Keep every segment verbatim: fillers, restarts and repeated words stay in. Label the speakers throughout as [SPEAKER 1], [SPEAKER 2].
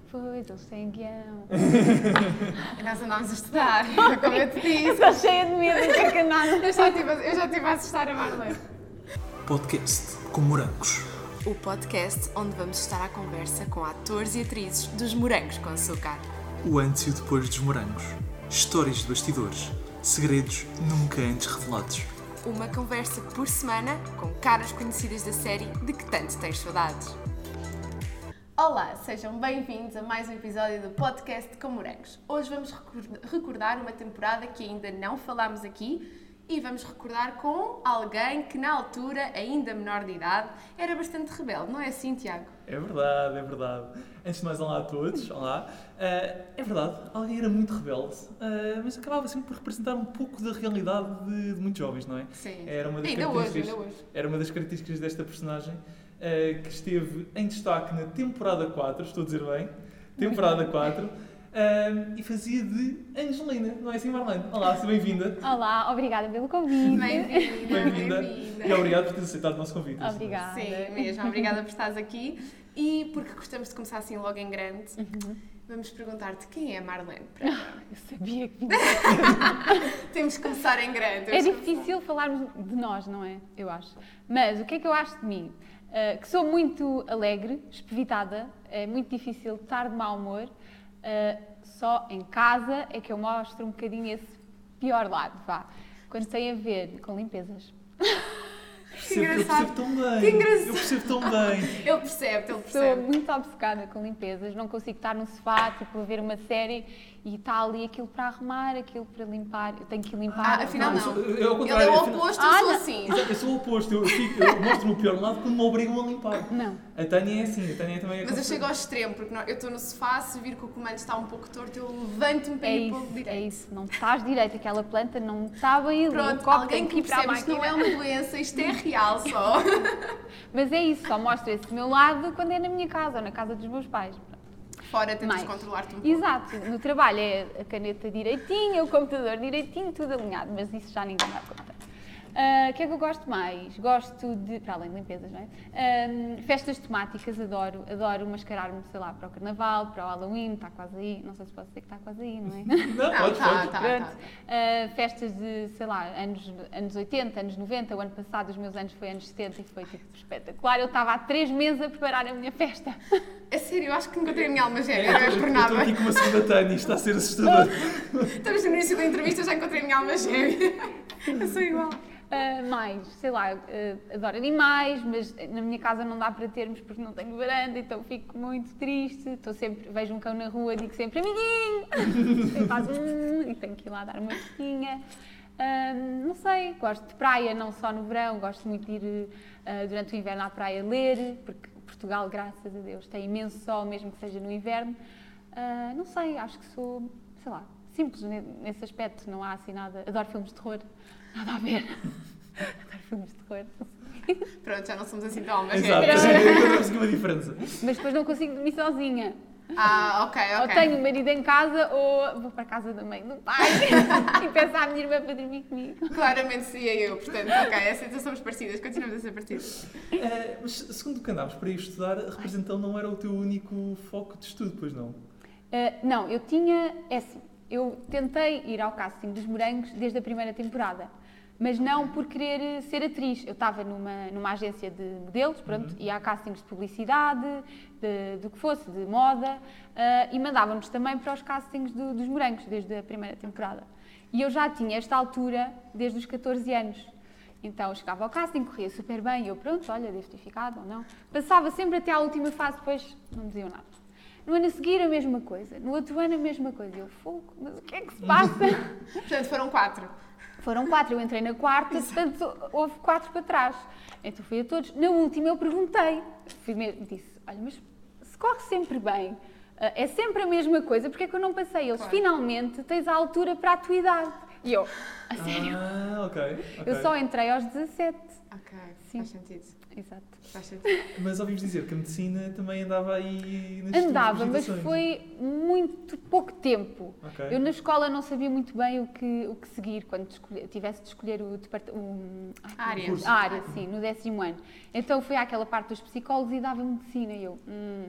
[SPEAKER 1] Pois, eles têm guião.
[SPEAKER 2] E nós andámos a estudar, como eu te disse.
[SPEAKER 1] Estou cheia de medo de ter canal.
[SPEAKER 2] Eu já estive a, eu já estive a assustar a Marlene.
[SPEAKER 3] Podcast com morangos.
[SPEAKER 2] O podcast onde vamos estar à conversa com atores e atrizes dos Morangos com Açúcar.
[SPEAKER 3] O antes e o depois dos morangos. Histórias de bastidores. Segredos nunca antes revelados.
[SPEAKER 2] Uma conversa por semana com caras conhecidas da série de que tanto tens saudades. Olá, sejam bem-vindos a mais um episódio do podcast com Morangos. Hoje vamos recordar uma temporada que ainda não falámos aqui e vamos recordar com alguém que na altura, ainda menor de idade, era bastante rebelde, não é assim, Tiago?
[SPEAKER 3] É verdade, é verdade. Antes de mais, olá a todos, olá. Uh, é verdade, alguém era muito rebelde, uh, mas acabava sempre por representar um pouco da realidade de, de muitos jovens, não é?
[SPEAKER 2] Sim.
[SPEAKER 3] Era uma das
[SPEAKER 2] ainda hoje, ainda hoje.
[SPEAKER 3] Era uma das características desta personagem, uh, que esteve em destaque na temporada quatro, estou a dizer bem, temporada quatro, uh, e fazia de Angelina, não é assim, Marlene? Olá, seja bem-vinda.
[SPEAKER 1] Olá, obrigada pelo convite.
[SPEAKER 2] Bem-vinda,
[SPEAKER 3] Bem-vinda.
[SPEAKER 2] bem-vinda.
[SPEAKER 3] E obrigado por teres aceitado o nosso convite.
[SPEAKER 1] Obrigada.
[SPEAKER 2] Sim, mesmo. Obrigada por estares aqui. E porque gostamos de começar assim logo em grande,
[SPEAKER 1] Uhum.
[SPEAKER 2] vamos perguntar-te quem é a Marlene.
[SPEAKER 1] Eu sabia que...
[SPEAKER 2] Temos que começar em grande.
[SPEAKER 1] É
[SPEAKER 2] Temos que
[SPEAKER 1] difícil falarmos de nós, não é? Eu acho. Mas o que é que eu acho de mim? Uh, que sou muito alegre, espevitada, é muito difícil estar de mau humor. Uh, só em casa é que eu mostro um bocadinho esse pior lado, vá. Quando tem a ver com limpezas.
[SPEAKER 3] Percebo, eu percebo tão bem.
[SPEAKER 2] Que engraçado.
[SPEAKER 3] Eu percebo tão bem.
[SPEAKER 2] Ele percebe, ele
[SPEAKER 1] Sou
[SPEAKER 2] percebe.
[SPEAKER 1] muito obcecada com limpezas, não consigo estar no sofá, tipo, a ver uma série e está ali aquilo para arrumar, aquilo para limpar, eu tenho que limpar.
[SPEAKER 2] Ah, afinal não.
[SPEAKER 3] Eu, eu, ao
[SPEAKER 2] Ele
[SPEAKER 3] contrário,
[SPEAKER 2] é o
[SPEAKER 3] afinal-
[SPEAKER 2] oposto,
[SPEAKER 1] Ah,
[SPEAKER 2] eu sou
[SPEAKER 1] não.
[SPEAKER 2] assim.
[SPEAKER 3] Eu sou o oposto, eu, fico, eu mostro-me o pior lado quando me obrigam a limpar.
[SPEAKER 1] Não.
[SPEAKER 3] A Tânia é assim, a Tânia também é
[SPEAKER 2] Mas eu
[SPEAKER 3] assim.
[SPEAKER 2] chego ao extremo, porque não- eu estou no sofá, se vir que o comando está um pouco torto, eu levanto-me para
[SPEAKER 1] É
[SPEAKER 2] ir para o
[SPEAKER 1] isso,
[SPEAKER 2] direito.
[SPEAKER 1] é isso, não estás direito, aquela planta não está bem ali,
[SPEAKER 2] Pronto,
[SPEAKER 1] o copo
[SPEAKER 2] alguém
[SPEAKER 1] tem
[SPEAKER 2] que
[SPEAKER 1] que ir para a
[SPEAKER 2] percebe, isto não é
[SPEAKER 1] máquina.
[SPEAKER 2] uma doença, isto é real só.
[SPEAKER 1] Mas é isso, só mostro esse meu lado quando é na minha casa ou na casa dos meus pais.
[SPEAKER 2] Fora tentas
[SPEAKER 1] Mais.
[SPEAKER 2] controlar-te um pouco.
[SPEAKER 1] Exato, no trabalho é a caneta direitinha, o computador direitinho, tudo alinhado, mas isso já ninguém dá conta. Ah, O que é que eu gosto mais? Gosto de, para além de limpezas, não é? Ah, festas temáticas, adoro, adoro mascarar-me, sei lá, para o Carnaval, para o Halloween, está quase aí, não sei se posso dizer que está quase aí, não é?
[SPEAKER 3] Não,
[SPEAKER 2] Não,
[SPEAKER 3] podes,
[SPEAKER 2] tá,
[SPEAKER 3] podes.
[SPEAKER 2] tá,
[SPEAKER 1] Pronto.
[SPEAKER 2] tá.
[SPEAKER 1] Ah, festas de, sei lá, anos, anos oitenta, anos noventa, o ano passado, os meus anos foi anos setenta e foi tipo espetacular. Eu estava há três meses a preparar a minha festa.
[SPEAKER 2] É sério, eu acho que encontrei a minha alma
[SPEAKER 3] É,
[SPEAKER 2] gêmea,
[SPEAKER 3] eu
[SPEAKER 2] não é
[SPEAKER 3] estou-
[SPEAKER 2] por
[SPEAKER 3] eu
[SPEAKER 2] nada.
[SPEAKER 3] estou aqui com uma segunda Tânia, isto está a ser assustador.
[SPEAKER 2] Estamos no início da entrevista, eu já encontrei a minha alma gêmea. Eu sou igual.
[SPEAKER 1] Uh, mais, sei lá, uh, adoro animais, mas na minha casa não dá para termos porque não tenho varanda, então fico muito triste. Estou sempre, vejo um cão na rua, digo sempre amiguinho, e faz um, e tenho que ir lá dar uma festinha. Uh, não sei, gosto de praia, não só no verão, gosto muito de ir uh, durante o inverno à praia ler, porque Portugal, graças a Deus, tem imenso sol, mesmo que seja no inverno. Uh, não sei, acho que sou, sei lá, simples nesse aspecto, não há assim nada. Adoro filmes de terror. Nada a ver. Adoro filmes de terror.
[SPEAKER 2] Pronto, já não somos assim tão almas
[SPEAKER 3] Exato,
[SPEAKER 2] gêmeas.
[SPEAKER 3] encontramos aqui uma diferença.
[SPEAKER 1] Mas depois não consigo dormir sozinha.
[SPEAKER 2] Ah, ok, ok.
[SPEAKER 1] Ou tenho o marido em casa ou vou para a casa da mãe do pai e peço à minha irmã para dormir comigo.
[SPEAKER 2] Claramente seria eu, portanto, ok, essa somos parecidas, continuamos a ser parecidas.
[SPEAKER 3] Eh, mas segundo o que andámos para ir estudar, a representação não era o teu único foco de estudo, pois não?
[SPEAKER 1] Uh, não, eu tinha... É assim, eu tentei ir ao casting dos Morangos desde a primeira temporada. Mas não por querer ser atriz. Eu estava numa, numa agência de modelos, pronto, ia a castings de publicidade, de, do que fosse, de moda, uh, e mandavam-nos também para os castings do, dos Morangos, desde a primeira temporada. E eu já tinha esta altura desde os catorze anos. Então, eu chegava ao casting, corria super bem, e eu, pronto, olha, devo ter ficado ou não. Passava sempre até à última fase, depois não diziam nada. No ano a seguir, a mesma coisa. No outro ano, a mesma coisa. Eu, fogo, mas o que é que se passa?
[SPEAKER 2] Portanto, foram quatro.
[SPEAKER 1] Foram quatro, eu entrei na quarta, portanto houve quatro para trás. Então fui a todos. Na última eu perguntei, fui mesmo, disse, olha, mas se corre sempre bem, é sempre a mesma coisa, porque é que eu não passei? Eles,
[SPEAKER 2] Claro.
[SPEAKER 1] finalmente, tens a altura para a tua idade. E eu, a sério?
[SPEAKER 3] Ah, ok. ok.
[SPEAKER 1] Eu só entrei aos dezassete.
[SPEAKER 2] Ok,
[SPEAKER 1] Sim.
[SPEAKER 2] faz sentido.
[SPEAKER 1] Exato.
[SPEAKER 2] Faz sentido.
[SPEAKER 3] Mas ouvimos dizer que a medicina também andava aí nas
[SPEAKER 1] Andava,
[SPEAKER 3] tuas
[SPEAKER 1] mas
[SPEAKER 3] cogitações.
[SPEAKER 1] foi muito pouco tempo.
[SPEAKER 3] Ok.
[SPEAKER 1] Eu na escola não sabia muito bem o que, o que seguir quando escolher, tivesse de escolher o departamento.
[SPEAKER 2] A área.
[SPEAKER 3] Curso.
[SPEAKER 1] A área, sim, no décimo ano. Então fui àquela parte dos psicólogos e dava medicina e eu, hum,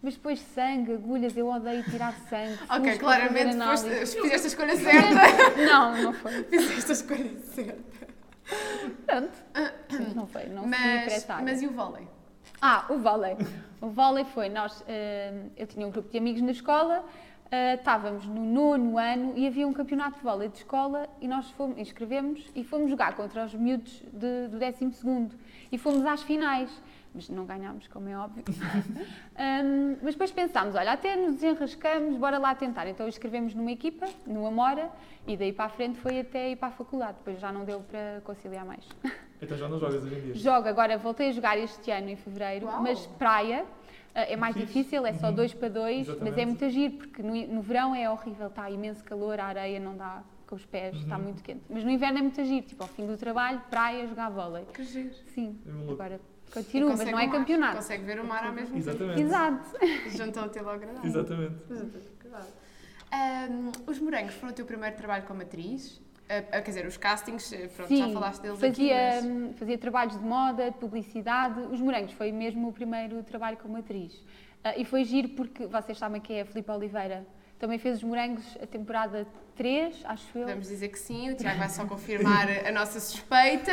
[SPEAKER 1] mas depois sangue, agulhas, eu odeio tirar sangue.
[SPEAKER 2] Ok, claramente foste, fizeste a escolha certa.
[SPEAKER 1] Não, não foi.
[SPEAKER 2] Fizeste a escolha certa.
[SPEAKER 1] Pronto, não foi, não
[SPEAKER 2] mas,
[SPEAKER 1] foi
[SPEAKER 2] mas e o vôlei?
[SPEAKER 1] Ah, o vôlei. O vôlei foi, nós, uh, eu tinha um grupo de amigos na escola, uh, estávamos no nono ano e havia um campeonato de vôlei de escola e nós fomos, inscrevemos e fomos jogar contra os miúdos de, do décimo segundo e fomos às finais. Mas não ganhámos, como é óbvio. um, mas depois pensámos, olha, até nos desenrascamos, bora lá tentar. Então inscrevemos numa equipa, no Amora, e daí para a frente foi até ir para a faculdade. Depois já não deu para conciliar mais.
[SPEAKER 3] Então já não jogas hoje em dia?
[SPEAKER 1] Jogo, agora voltei a jogar este ano, em fevereiro, Uau. mas praia. É mais Fiz. difícil, é só uhum. dois para dois, Exatamente. mas é muito giro, porque no, no verão é horrível, está imenso calor, a areia não dá com os pés, uhum. está muito quente. Mas no inverno é muito giro, tipo ao fim do trabalho, praia, jogar vôlei.
[SPEAKER 2] Que giro.
[SPEAKER 1] Sim, é agora continuo, mas não é campeonato.
[SPEAKER 2] Consegue ver o mar ao mesmo tempo.
[SPEAKER 3] Exatamente.
[SPEAKER 1] Exato.
[SPEAKER 2] Juntam até logo agradável.
[SPEAKER 3] Exatamente.
[SPEAKER 2] Um, os morangos foram o teu primeiro trabalho como atriz? Uh, quer dizer, os castings, pronto,
[SPEAKER 1] Sim,
[SPEAKER 2] já falaste deles
[SPEAKER 1] fazia,
[SPEAKER 2] aqui, mas...
[SPEAKER 1] fazia trabalhos de moda, de publicidade. Os morangos foi mesmo o primeiro trabalho como atriz. Uh, e foi giro porque, vocês sabem quem é a Filipe Oliveira, também fez os morangos a temporada três, acho eu.
[SPEAKER 2] Vamos dizer que sim, o Tiago vai só confirmar a nossa suspeita.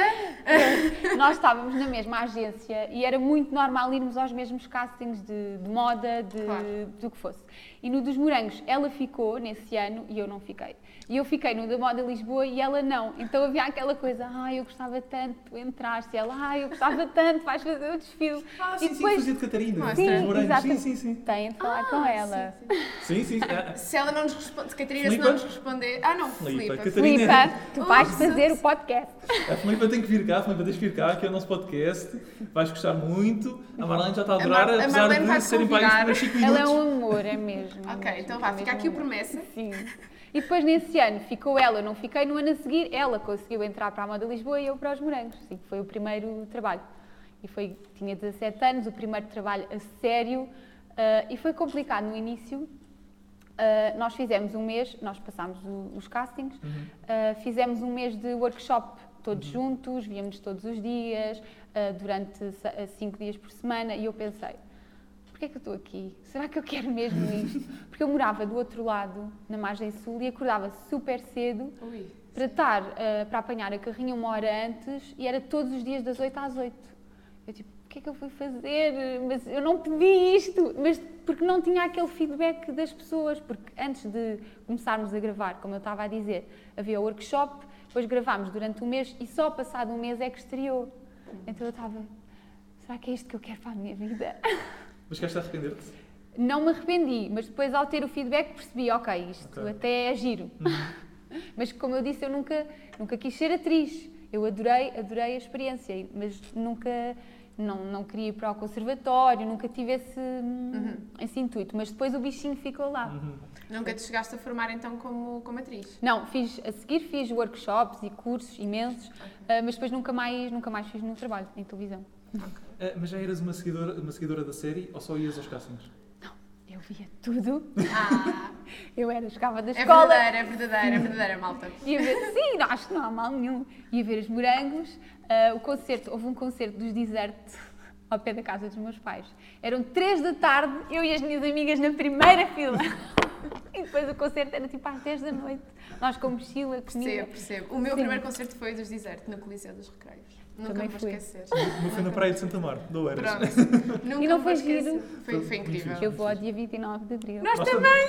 [SPEAKER 1] Nós estávamos na mesma agência e era muito normal irmos aos mesmos castings de, de moda, de, claro. do que fosse. E no dos morangos, ela ficou nesse ano e eu não fiquei. E eu fiquei no da Moda Lisboa e ela não. Então havia aquela coisa, ai, eu gostava tanto, tu entraste. E ela, ai, eu gostava tanto, vais fazer o desfile.
[SPEAKER 3] Ah, sim,
[SPEAKER 1] e depois...
[SPEAKER 3] sim, fazia de Catarina.
[SPEAKER 1] Sim,
[SPEAKER 3] sim, sim, sim.
[SPEAKER 1] Têm de falar ah, com ela.
[SPEAKER 3] Sim, sim. sim.
[SPEAKER 2] Se ela não nos responde, se Catarina Filipa? se não nos responder... Ah, não, Filipa.
[SPEAKER 1] Filipa, tu vais oh, fazer o podcast.
[SPEAKER 3] A Filipa tem que vir cá, a Filipa tens que vir cá, que é o nosso podcast. Vais gostar muito. A Marlene já está a adorar, a Mar apesar a de serem para aí cinco minutos.
[SPEAKER 1] Ela é um amor, é mesmo.
[SPEAKER 2] Ok,
[SPEAKER 1] mesmo,
[SPEAKER 2] então vá, fica aqui a promessa.
[SPEAKER 1] Sim. E depois nesse ano ficou ela, eu não fiquei, no ano a seguir ela conseguiu entrar para a Moda Lisboa e eu para os morangos. Sim, foi o primeiro trabalho. E foi, tinha dezassete anos, o primeiro trabalho a sério, uh, e foi complicado no início. Uh, nós fizemos um mês, nós passámos o, os castings, uhum. uh, fizemos um mês de workshop, todos uhum. juntos, víamos todos os dias, uh, durante cinco dias por semana, e eu pensei, porquê é que eu estou aqui? Será que eu quero mesmo isto? Porque eu morava do outro lado, na margem sul, e acordava super cedo Ui, para estar, uh, para apanhar a carrinha uma hora antes, e era todos os dias das oito às oito. Eu tipo, o que é que eu fui fazer? Mas eu não pedi isto, mas porque não tinha aquele feedback das pessoas, porque antes de começarmos a gravar, como eu estava a dizer, havia o workshop, depois gravámos durante um mês e só passado um mês é que estreou. Então eu estava, será que é isto que eu quero para a minha vida?
[SPEAKER 3] Mas queres arrepender-te?
[SPEAKER 1] Não me arrependi, mas depois ao ter o feedback percebi, ok, isto okay. até é giro. Uhum. Mas como eu disse, eu nunca, nunca quis ser atriz. Eu adorei, adorei a experiência, mas nunca... Não, não queria ir para o conservatório, nunca tive esse, uhum. esse intuito, mas depois o bichinho ficou lá.
[SPEAKER 3] Uhum.
[SPEAKER 2] Nunca te chegaste a formar então como, como atriz?
[SPEAKER 1] Não, fiz, a seguir fiz workshops e cursos imensos, okay. uh, mas depois nunca mais, nunca mais fiz nenhum trabalho em televisão.
[SPEAKER 3] Okay. Uh, mas já eras uma seguidora, uma seguidora da série ou só ias aos castings?
[SPEAKER 1] Não, eu via tudo.
[SPEAKER 2] Ah.
[SPEAKER 1] Eu era, chegava da escola.
[SPEAKER 2] É verdadeira, é verdadeira, é verdadeira, malta.
[SPEAKER 1] Ia ver, sim, não, acho que não há mal nenhum. Ia ver os morangos. Uh, o concerto, houve um concerto dos Desert ao pé da casa dos meus pais. Eram três da tarde, eu e as minhas amigas na primeira fila. E depois o concerto era tipo às dez da noite. Nós com mochila, comida.
[SPEAKER 2] Percebo, percebo. O meu Sim. primeiro concerto foi dos Desert, no Coliseu dos Recreios. Nunca
[SPEAKER 1] Também
[SPEAKER 2] me vou
[SPEAKER 1] fui.
[SPEAKER 2] esquecer.
[SPEAKER 3] O meu foi na praia de Santa Mar, do Eiras.
[SPEAKER 2] Nunca
[SPEAKER 1] e não
[SPEAKER 2] me
[SPEAKER 1] foi
[SPEAKER 2] vou esquecer.
[SPEAKER 1] giro?
[SPEAKER 2] Foi, foi incrível.
[SPEAKER 1] Eu vou ao dia vinte e nove de abril.
[SPEAKER 2] Nós, Nós também!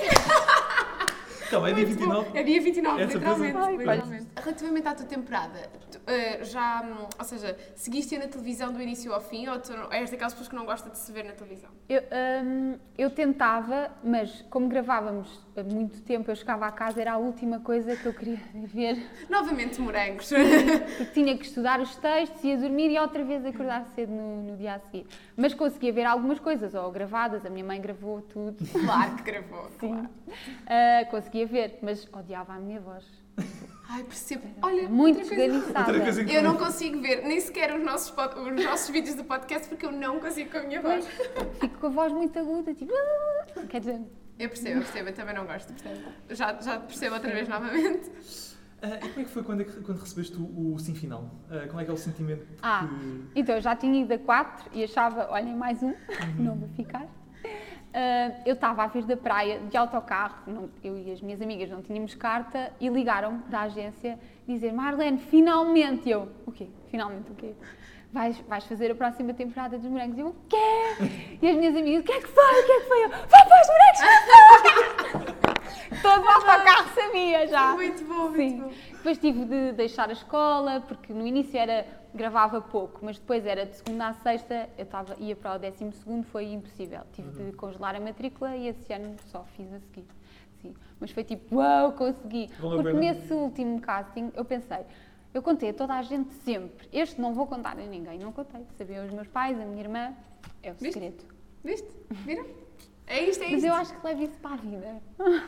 [SPEAKER 3] Então, é dia vinte e nove?
[SPEAKER 2] É dia vinte e nove,
[SPEAKER 3] é
[SPEAKER 2] literalmente.
[SPEAKER 1] Ai,
[SPEAKER 2] literalmente. Relativamente à tua temporada, tu, uh, já, ou seja, seguiste-a na televisão do início ao fim ou tu és daquelas pessoas que não gosta de se ver na televisão?
[SPEAKER 1] Eu, um, eu tentava, mas como gravávamos há muito tempo, eu chegava à casa, era a última coisa que eu queria ver.
[SPEAKER 2] Novamente morangos.
[SPEAKER 1] Porque tinha que estudar os textos, ia dormir e outra vez acordar cedo no, no dia a seguir. Mas conseguia ver algumas coisas, ou gravadas, a minha mãe gravou tudo.
[SPEAKER 2] Claro que gravou,
[SPEAKER 1] Sim.
[SPEAKER 2] claro.
[SPEAKER 1] Uh, conseguia ver, mas odiava a minha voz.
[SPEAKER 2] Ai, percebo. Olha,
[SPEAKER 1] muito esganiçada.
[SPEAKER 2] Eu não consigo ver nem sequer os nossos, os nossos vídeos do podcast porque eu não consigo com a minha voz.
[SPEAKER 1] Fico com a voz muito aguda, tipo... Quer dizer...
[SPEAKER 2] Eu percebo, eu percebo, eu também não gosto, portanto, já, já percebo outra vez novamente.
[SPEAKER 3] Uh, e como é que foi quando, é que, quando recebeste o, o sim final? Uh, como é que é o sentimento
[SPEAKER 1] ah,
[SPEAKER 3] que...
[SPEAKER 1] Então, eu já tinha ido a quatro e achava, olhem, mais um, uhum. não vou ficar. Uh, eu estava a vir da praia de autocarro, não, eu e as minhas amigas não tínhamos carta e ligaram-me da agência dizer: Marlene, finalmente! E eu, o quê? Finalmente o quê? Vais, vais fazer a próxima temporada dos Morangos? E eu, o quê? E as minhas amigas: o que é que foi? O que é que foi? Eu, vai para os Morangos! Todo o autocarro sabia já.
[SPEAKER 2] Muito bom, muito
[SPEAKER 1] Sim.
[SPEAKER 2] bom.
[SPEAKER 1] Depois tive de deixar a escola, porque no início era, gravava pouco, mas depois era de segunda à sexta, eu tava, ia para o décimo segundo, foi impossível. Tive uhum. de congelar a matrícula e esse ano só fiz a seguir. Sim. Mas foi tipo, uau, consegui.
[SPEAKER 3] Valeu
[SPEAKER 1] Porque
[SPEAKER 3] bem.
[SPEAKER 1] nesse último casting eu pensei, eu contei a toda a gente sempre, este não vou contar a ninguém, não contei. Sabiam os meus pais, a minha irmã, é o
[SPEAKER 2] Viste?
[SPEAKER 1] segredo.
[SPEAKER 2] Viste? Viram? É isto, é isto.
[SPEAKER 1] Mas eu acho que levo isso para a vida.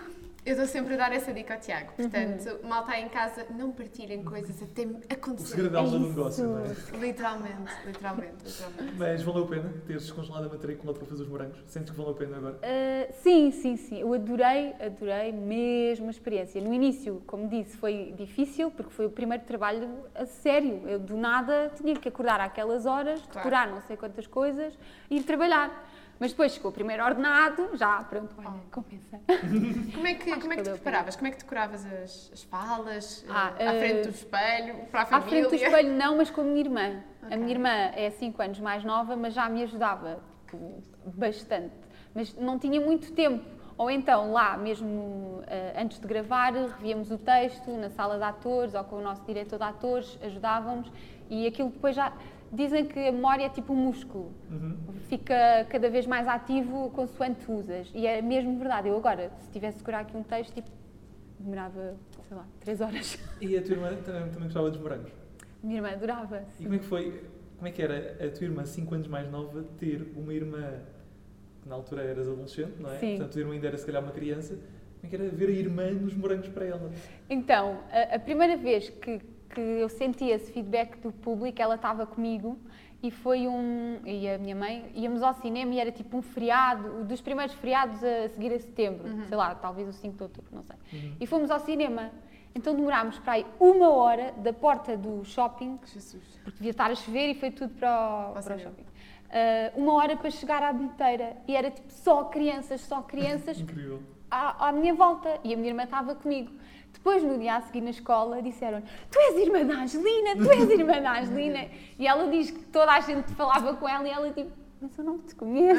[SPEAKER 2] Eu estou sempre a dar essa dica ao Tiago, portanto, uhum. mal está em casa, não partilhem coisas até acontecer.
[SPEAKER 3] O segredo da alma do negócio, não é?
[SPEAKER 2] Literalmente, literalmente, literalmente.
[SPEAKER 3] Mas valeu a pena teres descongelado a matrícula para fazer os morangos? Sentes que valeu a pena agora?
[SPEAKER 1] Uh, sim, sim, sim. Eu adorei, adorei mesmo a experiência. No início, como disse, foi difícil, porque foi o primeiro trabalho a sério. Eu, do nada, tinha que acordar àquelas horas,
[SPEAKER 2] claro.
[SPEAKER 1] decorar não sei quantas coisas e ir trabalhar. Mas depois chegou o primeiro ordenado, já, pronto, olha, oh. compensa.
[SPEAKER 2] Como é que, como é que te preparavas? Como é que decoravas as, as falas?
[SPEAKER 1] Ah,
[SPEAKER 2] à uh, frente do espelho? Para a família?
[SPEAKER 1] À frente do espelho não, mas com a minha irmã.
[SPEAKER 2] Okay.
[SPEAKER 1] A minha irmã é cinco anos mais nova, mas já me ajudava tipo, bastante. Mas não tinha muito tempo. Ou então, lá, mesmo uh, antes de gravar, revíamos o texto na sala de atores ou com o nosso diretor de atores, ajudávamos. E aquilo depois já... Dizem que a memória é tipo um músculo, uhum. fica cada vez mais ativo consoante usas. E é mesmo verdade. Eu agora, se tivesse de decorar aqui um texto, tipo, demorava, sei lá, três horas.
[SPEAKER 3] E a tua irmã também, também gostava dos morangos?
[SPEAKER 1] A minha irmã adorava. Sim.
[SPEAKER 3] E como é que foi, como é que era a tua irmã, cinco anos mais nova, ter uma irmã, que na altura eras adolescente, não é?
[SPEAKER 1] Sim.
[SPEAKER 3] Portanto, a tua irmã ainda era se calhar uma criança. Como é que era ver a irmã nos morangos para ela?
[SPEAKER 1] Então, a, a primeira vez que que eu senti esse feedback do público, ela estava comigo e foi um... e a minha mãe, íamos ao cinema e era tipo um feriado, dos primeiros feriados a seguir a setembro, uhum. sei lá, talvez o cinco de outubro, não sei. Uhum. E fomos ao cinema. Então demorámos para aí uma hora da porta do shopping,
[SPEAKER 2] Jesus.
[SPEAKER 1] Porque devia estar a chover e foi tudo para o, para o shopping. Uh, uma hora para chegar à bilheteira e era tipo só crianças, só crianças
[SPEAKER 3] Incrível.
[SPEAKER 1] À, à minha volta e a minha irmã estava comigo. Depois, no dia a seguir na escola, disseram: tu és irmã da Angelina, tu és irmã da Angelina. E ela diz que toda a gente falava com ela e ela tipo, mas eu não te conheço.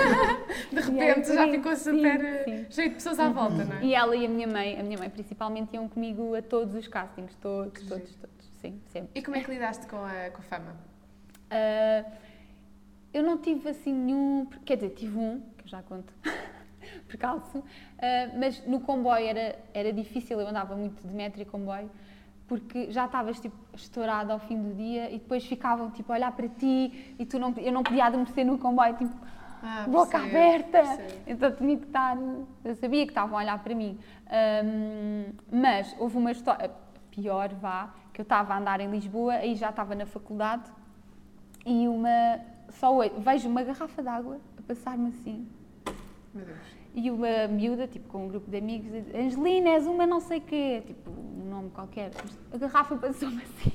[SPEAKER 2] De repente já ficou super sim, sim. cheio de pessoas à volta, não é?
[SPEAKER 1] E ela e a minha mãe, a minha mãe principalmente, iam comigo a todos os castings, todos, que todos, sim. todos, sim, sempre.
[SPEAKER 2] E como é que lidaste com a, com a fama?
[SPEAKER 1] Uh, eu não tive assim nenhum, quer dizer, tive um, que eu já conto. Percalço, uh, mas no comboio era, era difícil, eu andava muito de metro e comboio, porque já estavas tipo, estourada ao fim do dia e depois ficavam tipo, a olhar para ti e tu não, eu não podia adormecer no comboio, tipo, ah, boca percebo, aberta, percebo. Então tinha que estar, eu sabia que estavam a olhar para mim, um, mas houve uma história, pior vá, que eu estava a andar em Lisboa, aí já estava na faculdade e uma, só vejo uma garrafa de água a passar-me assim.
[SPEAKER 2] Meu Deus.
[SPEAKER 1] E uma miúda, tipo, com um grupo de amigos, Angelina, és uma não sei quê, tipo, um nome qualquer. A garrafa passou-me assim.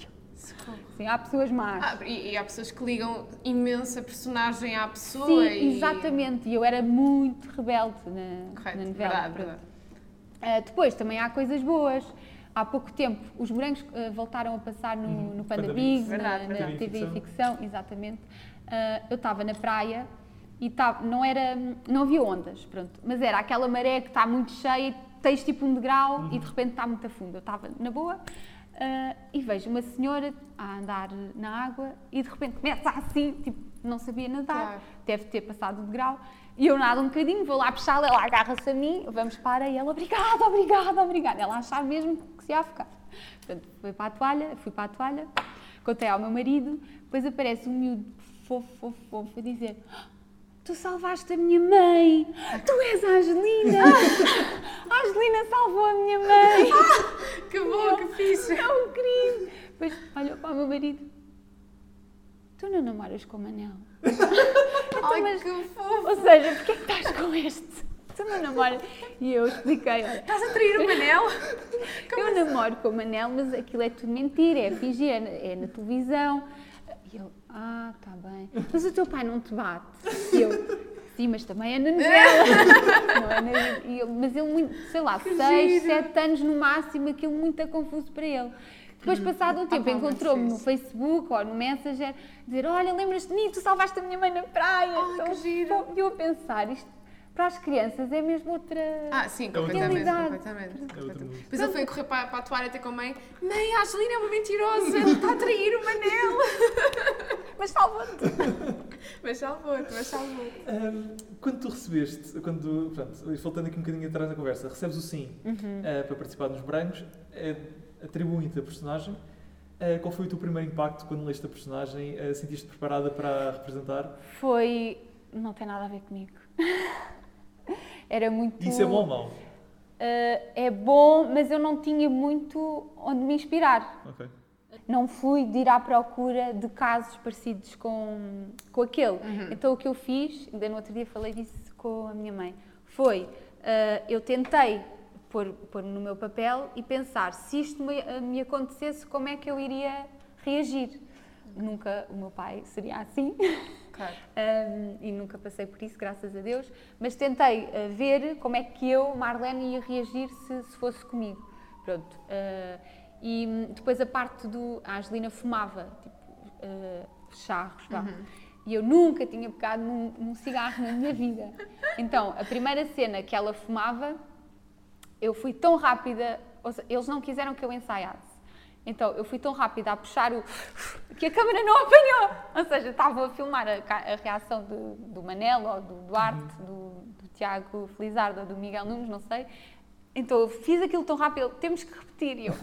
[SPEAKER 1] Sim, há pessoas más.
[SPEAKER 2] Ah, e, e há pessoas que ligam imensa personagem à pessoa.
[SPEAKER 1] Sim,
[SPEAKER 2] e...
[SPEAKER 1] exatamente. E eu era muito rebelde na,
[SPEAKER 2] Correto,
[SPEAKER 1] na novela.
[SPEAKER 2] Verdade, verdade.
[SPEAKER 1] Uh, depois, também há coisas boas. Há pouco tempo, os morangos uh, voltaram a passar no,
[SPEAKER 3] uhum.
[SPEAKER 1] no Panda Big,
[SPEAKER 2] verdade,
[SPEAKER 1] na,
[SPEAKER 2] verdade.
[SPEAKER 1] na T V e Ficção, exatamente. Uh, eu estava na praia. E tá, não, era, não havia ondas, pronto, mas era aquela maré que está muito cheia, tens tipo um degrau uhum. e de repente está muito a fundo. Eu estava na boa uh, e vejo uma senhora a andar na água e de repente começa assim, tipo, não sabia nadar, claro. Deve ter passado o degrau. E eu nado um bocadinho, vou lá puxá-la, ela agarra-se a mim, vamos para a areia, ela, obrigada, obrigada, obrigada. Ela achava mesmo que se ia ficar. Portanto, fui para a toalha, fui para a toalha, contei ao meu marido, depois aparece um miúdo fofo, fofo, fofo, a dizer: tu salvaste a minha mãe, tu és a Angelina, a Angelina salvou a minha mãe.
[SPEAKER 2] Ah, que bom, que fixe.
[SPEAKER 1] É um crime. Depois olhou para o meu marido, tu não namoras com o Manel?
[SPEAKER 2] Ai,
[SPEAKER 1] mas,
[SPEAKER 2] que fofo.
[SPEAKER 1] Ou seja, porquê que estás com este? Tu não namoras? E eu expliquei, olha...
[SPEAKER 2] Estás a trair o Manel?
[SPEAKER 1] Como eu assim? namoro com o Manel, mas aquilo é tudo mentira, é fingir, é, é na televisão. E eu, ah, está bem. Mas o teu pai não te bate? E eu, Sim, mas também é na novela. Não é na, e ele, mas ele, muito, sei lá, seis, sete anos no máximo, aquilo muito confuso para ele. Depois, passado um tempo, ah, encontrou-me no Facebook ou no Messenger, dizer, olha, lembras-te de mim, tu salvaste a minha mãe na praia.
[SPEAKER 2] Oh, então, que giro.
[SPEAKER 1] E eu a pensar, isto para as crianças é mesmo outra
[SPEAKER 2] Ah, sim, completamente, completamente, completamente. Depois ele foi correr para, para a toalha até com a mãe, mãe, a Angelina é uma mentirosa, ela está a trair o Manel.
[SPEAKER 1] Mas salvou-te.
[SPEAKER 2] Mas salvou-te, mas salvou-te.
[SPEAKER 3] Um, quando tu recebeste, quando, pronto, voltando aqui um bocadinho atrás na conversa, recebes o sim uhum. uh, para participar nos Brancos, uh, atribuem-te a personagem. Uh, qual foi o teu primeiro impacto quando leste a personagem? Uh, sentiste-te preparada para a representar?
[SPEAKER 1] Foi... não tem nada a ver comigo. Era muito...
[SPEAKER 3] Isso é bom ou mau?
[SPEAKER 1] Uh, é bom, mas eu não tinha muito onde me inspirar.
[SPEAKER 3] Okay.
[SPEAKER 1] Não fui de ir à procura de casos parecidos com, com aquele. Uhum. Então o que eu fiz, ainda no outro dia falei disso com a minha mãe, foi, uh, eu tentei pôr, pôr no meu papel e pensar, se isto me, me acontecesse, como é que eu iria reagir? Nunca o meu pai seria assim. Claro. um, e nunca passei por isso, graças a Deus, mas tentei uh, ver como é que eu, Marlene, ia reagir se, se fosse comigo. Pronto. Uh, e depois a parte do... a Angelina fumava, tipo, uh, charros, vá. Uhum. E eu nunca tinha pegado num, num cigarro na minha vida. Então, a primeira cena que ela fumava, eu fui tão rápida, ou seja, eles não quiseram que eu ensaiasse. Então, eu fui tão rápida a puxar o... que a câmera não apanhou. Ou seja, estava a filmar a, a reação do, do Manel, ou do Duarte, do, do Tiago Felizardo, ou do Miguel Nunes, não sei. Então, eu fiz aquilo tão rápido, temos que repetir. E eu...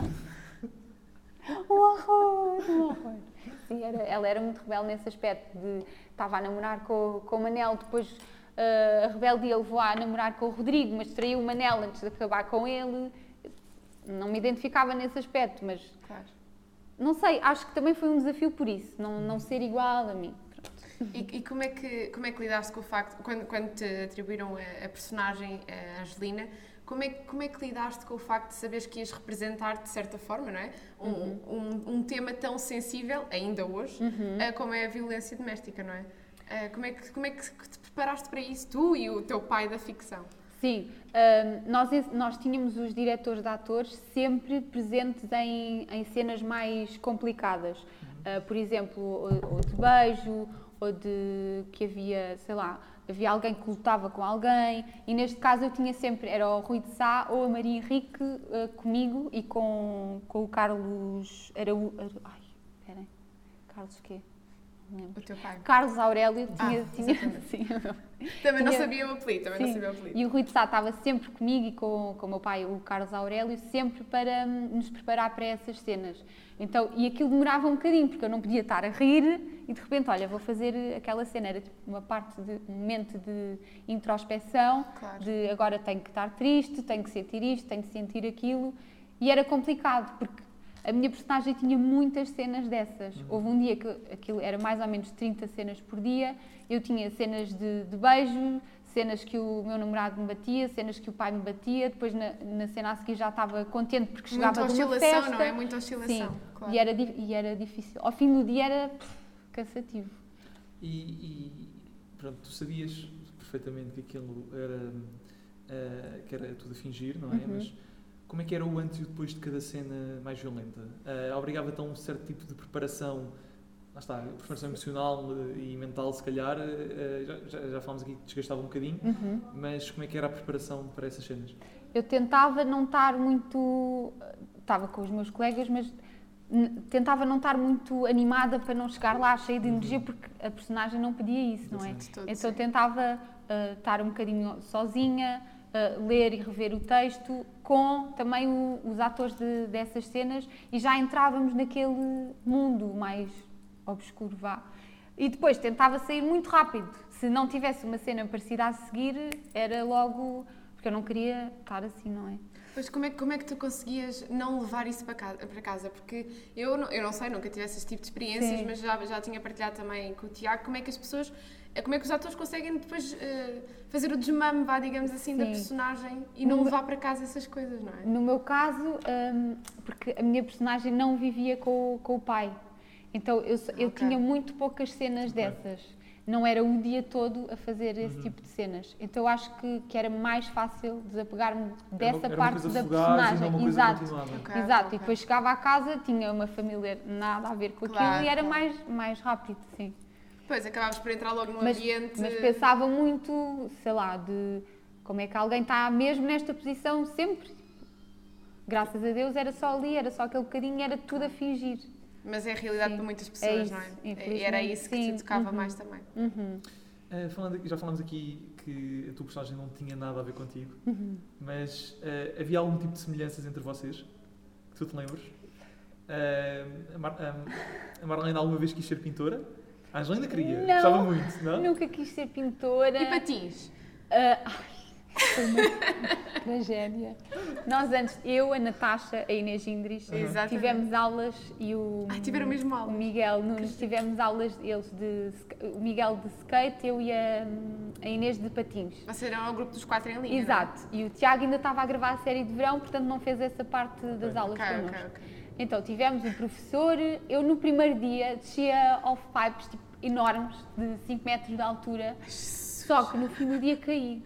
[SPEAKER 1] um horror, um horror. Sim, era, ela era muito rebelde nesse aspecto de... estava a namorar com, com o Manel, depois uh, a rebeldia levou a namorar com o Rodrigo, mas traiu o Manel antes de acabar com ele. Não me identificava nesse aspecto, mas claro. Não sei, acho que também foi um desafio por isso, não, não ser igual a mim.
[SPEAKER 2] E, e como, é que, como é que lidaste com o facto, quando, quando te atribuíram a, a personagem, a Angelina, como é, como é que lidaste com o facto de saberes que ias representar, de certa forma, não é? Um, uhum. um, um tema tão sensível, ainda hoje, uhum. uh, como é a violência doméstica, não é? Uh, como é que, como é que te preparaste para isso, tu e o teu pai da ficção?
[SPEAKER 1] Sim, uh, nós, nós tínhamos os diretores de atores sempre presentes em, em cenas mais complicadas. Uh, por exemplo, ou, ou de beijo, ou de que havia, sei lá, havia alguém que lutava com alguém. E neste caso eu tinha sempre, era o Rui de Sá ou a Maria Henrique uh, comigo e com, com o Carlos... Era o... Era, ai, esperem, Carlos quê?
[SPEAKER 2] O teu pai?
[SPEAKER 1] Carlos Aurélio tinha...
[SPEAKER 2] Ah,
[SPEAKER 1] tinha
[SPEAKER 2] sim. Também
[SPEAKER 1] tinha,
[SPEAKER 2] não sabia o apelido, também sim. não sabia o apelido.
[SPEAKER 1] E o Rui de Sá estava sempre comigo e com, com o meu pai, o Carlos Aurélio, sempre para um, nos preparar para essas cenas. Então, e aquilo demorava um bocadinho, porque eu não podia estar a rir e de repente, olha, vou fazer aquela cena. Era tipo uma parte, de, um momento de introspeção, claro. De agora tenho que estar triste, tenho que sentir isto, tenho que sentir aquilo. E era complicado, porque a minha personagem tinha muitas cenas dessas. Uhum. Houve um dia que aquilo era mais ou menos trinta cenas por dia. Eu tinha cenas de, de beijo, cenas que o meu namorado me batia, cenas que o pai me batia. Depois, na, na cena a seguir, já estava contente porque chegava de uma festa. Muita oscilação,
[SPEAKER 2] não é? Muita oscilação.
[SPEAKER 1] Sim,
[SPEAKER 2] claro.
[SPEAKER 1] e, era, e era difícil. Ao fim do dia era pff, cansativo.
[SPEAKER 3] E, e pronto, tu sabias perfeitamente que aquilo era, uh, que era tudo a fingir, não é? Uhum. Mas como é que era o antes e o depois de cada cena mais violenta? Uh, Obrigava-te a um certo tipo de preparação, lá está, preparação emocional e mental, se calhar, uh, já, já falámos aqui que desgastava um bocadinho, uhum. Mas como é que era a preparação para essas cenas?
[SPEAKER 1] Eu tentava não estar muito... Estava com os meus colegas, mas tentava não estar muito animada para não chegar lá cheia de energia, uhum. Porque a personagem não pedia isso, não é? Todo, então sim. Tentava uh, estar um bocadinho sozinha, Uh, ler e rever o texto com também o, os atores de, dessas cenas e já entrávamos naquele mundo mais obscuro, vá. E depois tentava sair muito rápido. Se não tivesse uma cena parecida a seguir, era logo... Porque eu não queria estar assim, não é?
[SPEAKER 2] Pois como é, como é que tu conseguias não levar isso para casa? Para casa? Porque eu não, eu não sei, nunca tive esse tipo de experiências, sim. Mas já, já tinha partilhado também com o Tiago como é que as pessoas... Como é que os atores conseguem depois uh, fazer o desmame, vá, digamos assim, sim. Da personagem e não no levar para casa essas coisas, não é?
[SPEAKER 1] No meu caso, um, porque a minha personagem não vivia com, com o pai. Então eu, eu okay. tinha muito poucas cenas okay. dessas. não era o dia todo a fazer esse
[SPEAKER 3] Uhum.
[SPEAKER 1] tipo de cenas. Então eu acho que, que era mais fácil desapegar-me dessa
[SPEAKER 3] era uma, era
[SPEAKER 1] parte
[SPEAKER 3] uma coisa
[SPEAKER 1] da
[SPEAKER 3] fugaz
[SPEAKER 1] personagem.
[SPEAKER 3] E não uma coisa
[SPEAKER 1] Exato.
[SPEAKER 3] continuada.
[SPEAKER 2] Ok,
[SPEAKER 1] Exato,
[SPEAKER 2] ok.
[SPEAKER 1] e depois chegava à casa, tinha uma família nada a ver com aquilo
[SPEAKER 2] Claro,
[SPEAKER 1] e era
[SPEAKER 2] claro.
[SPEAKER 1] mais, mais rápido, sim.
[SPEAKER 2] Pois, acabavas por entrar logo no
[SPEAKER 1] Mas,
[SPEAKER 2] ambiente.
[SPEAKER 1] mas pensava muito, sei lá, de como é que alguém está mesmo nesta posição sempre. Graças a Deus era só ali, era só aquele bocadinho, era tudo a fingir.
[SPEAKER 2] Mas é a realidade
[SPEAKER 1] Sim,
[SPEAKER 2] para muitas
[SPEAKER 1] é
[SPEAKER 2] pessoas,
[SPEAKER 1] isso,
[SPEAKER 2] não é?
[SPEAKER 1] infelizmente,
[SPEAKER 2] E era isso que
[SPEAKER 1] sim.
[SPEAKER 2] te tocava
[SPEAKER 1] Uhum.
[SPEAKER 2] mais também.
[SPEAKER 1] Uhum.
[SPEAKER 3] Uh, falando aqui- já falamos aqui que a tua personagem não tinha nada a ver contigo,
[SPEAKER 1] Uhum.
[SPEAKER 3] mas uh, havia algum tipo de semelhanças entre vocês? Que tu te lembres? Uh, a, Mar um, a Marlene alguma vez quis ser pintora? A Angelina queria,
[SPEAKER 1] Não.
[SPEAKER 3] gostava muito, não?
[SPEAKER 1] Nunca quis ser pintora.
[SPEAKER 2] E patins?
[SPEAKER 1] Ah, ai, foi uma tragédia. Nós antes, eu, a Natasha, a Inês Indris,
[SPEAKER 3] Uhum.
[SPEAKER 2] Exatamente.
[SPEAKER 1] tivemos aulas e o,
[SPEAKER 2] Ai, tiveram mesmo
[SPEAKER 1] o
[SPEAKER 2] aulas?
[SPEAKER 1] Miguel Nunes, tivemos aulas, eles de, sk- o Miguel de skate, eu e a, a Inês de patins.
[SPEAKER 2] Vocês eram o grupo dos quatro em linha,
[SPEAKER 1] Exato, e o Tiago ainda estava a gravar a série de verão, portanto não fez essa parte das
[SPEAKER 3] Ok.
[SPEAKER 1] aulas
[SPEAKER 2] não é? Ok,
[SPEAKER 1] connosco.
[SPEAKER 2] ok, ok.
[SPEAKER 1] Então tivemos um professor, eu no primeiro dia descia off-pipes tipo, enormes, de cinco metros de altura, só que no fim do dia caí.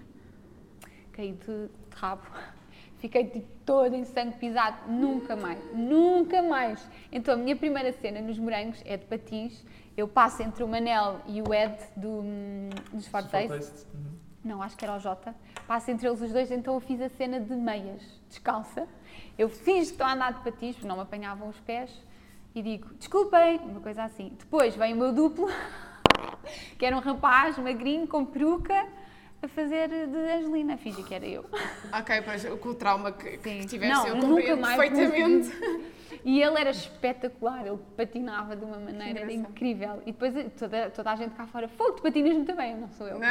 [SPEAKER 1] Caí de, de rabo. Fiquei tipo toda em sangue pisado. Nunca mais. Nunca mais. Então a minha primeira cena nos Morangos é de patins. Eu passo entre o Manel e o Ed do, hum, dos
[SPEAKER 3] Se
[SPEAKER 1] Forte
[SPEAKER 3] for
[SPEAKER 1] Taste.
[SPEAKER 3] taste, uhum.
[SPEAKER 1] Não, acho que era o Jota. Passo entre eles os dois, então eu fiz a cena de meias, descalça. Eu fiz que estou a andar de patins, porque não me apanhavam os pés. E digo, desculpem, uma coisa assim. Depois vem o meu duplo, que era um rapaz magrinho, com peruca, a fazer de Angelina. Fingi que era eu.
[SPEAKER 2] Ok, pois com o trauma que, que
[SPEAKER 1] Sim.
[SPEAKER 2] tiveste,
[SPEAKER 1] Não,
[SPEAKER 2] eu
[SPEAKER 1] nunca
[SPEAKER 2] compreendo
[SPEAKER 1] mais
[SPEAKER 2] perfeitamente.
[SPEAKER 1] consegui. E ele era espetacular, ele patinava de uma maneira, era
[SPEAKER 2] engraçado.
[SPEAKER 1] incrível. E depois toda, toda a gente cá fora, fogo, tu patinas muito bem, não sou eu.
[SPEAKER 2] Não,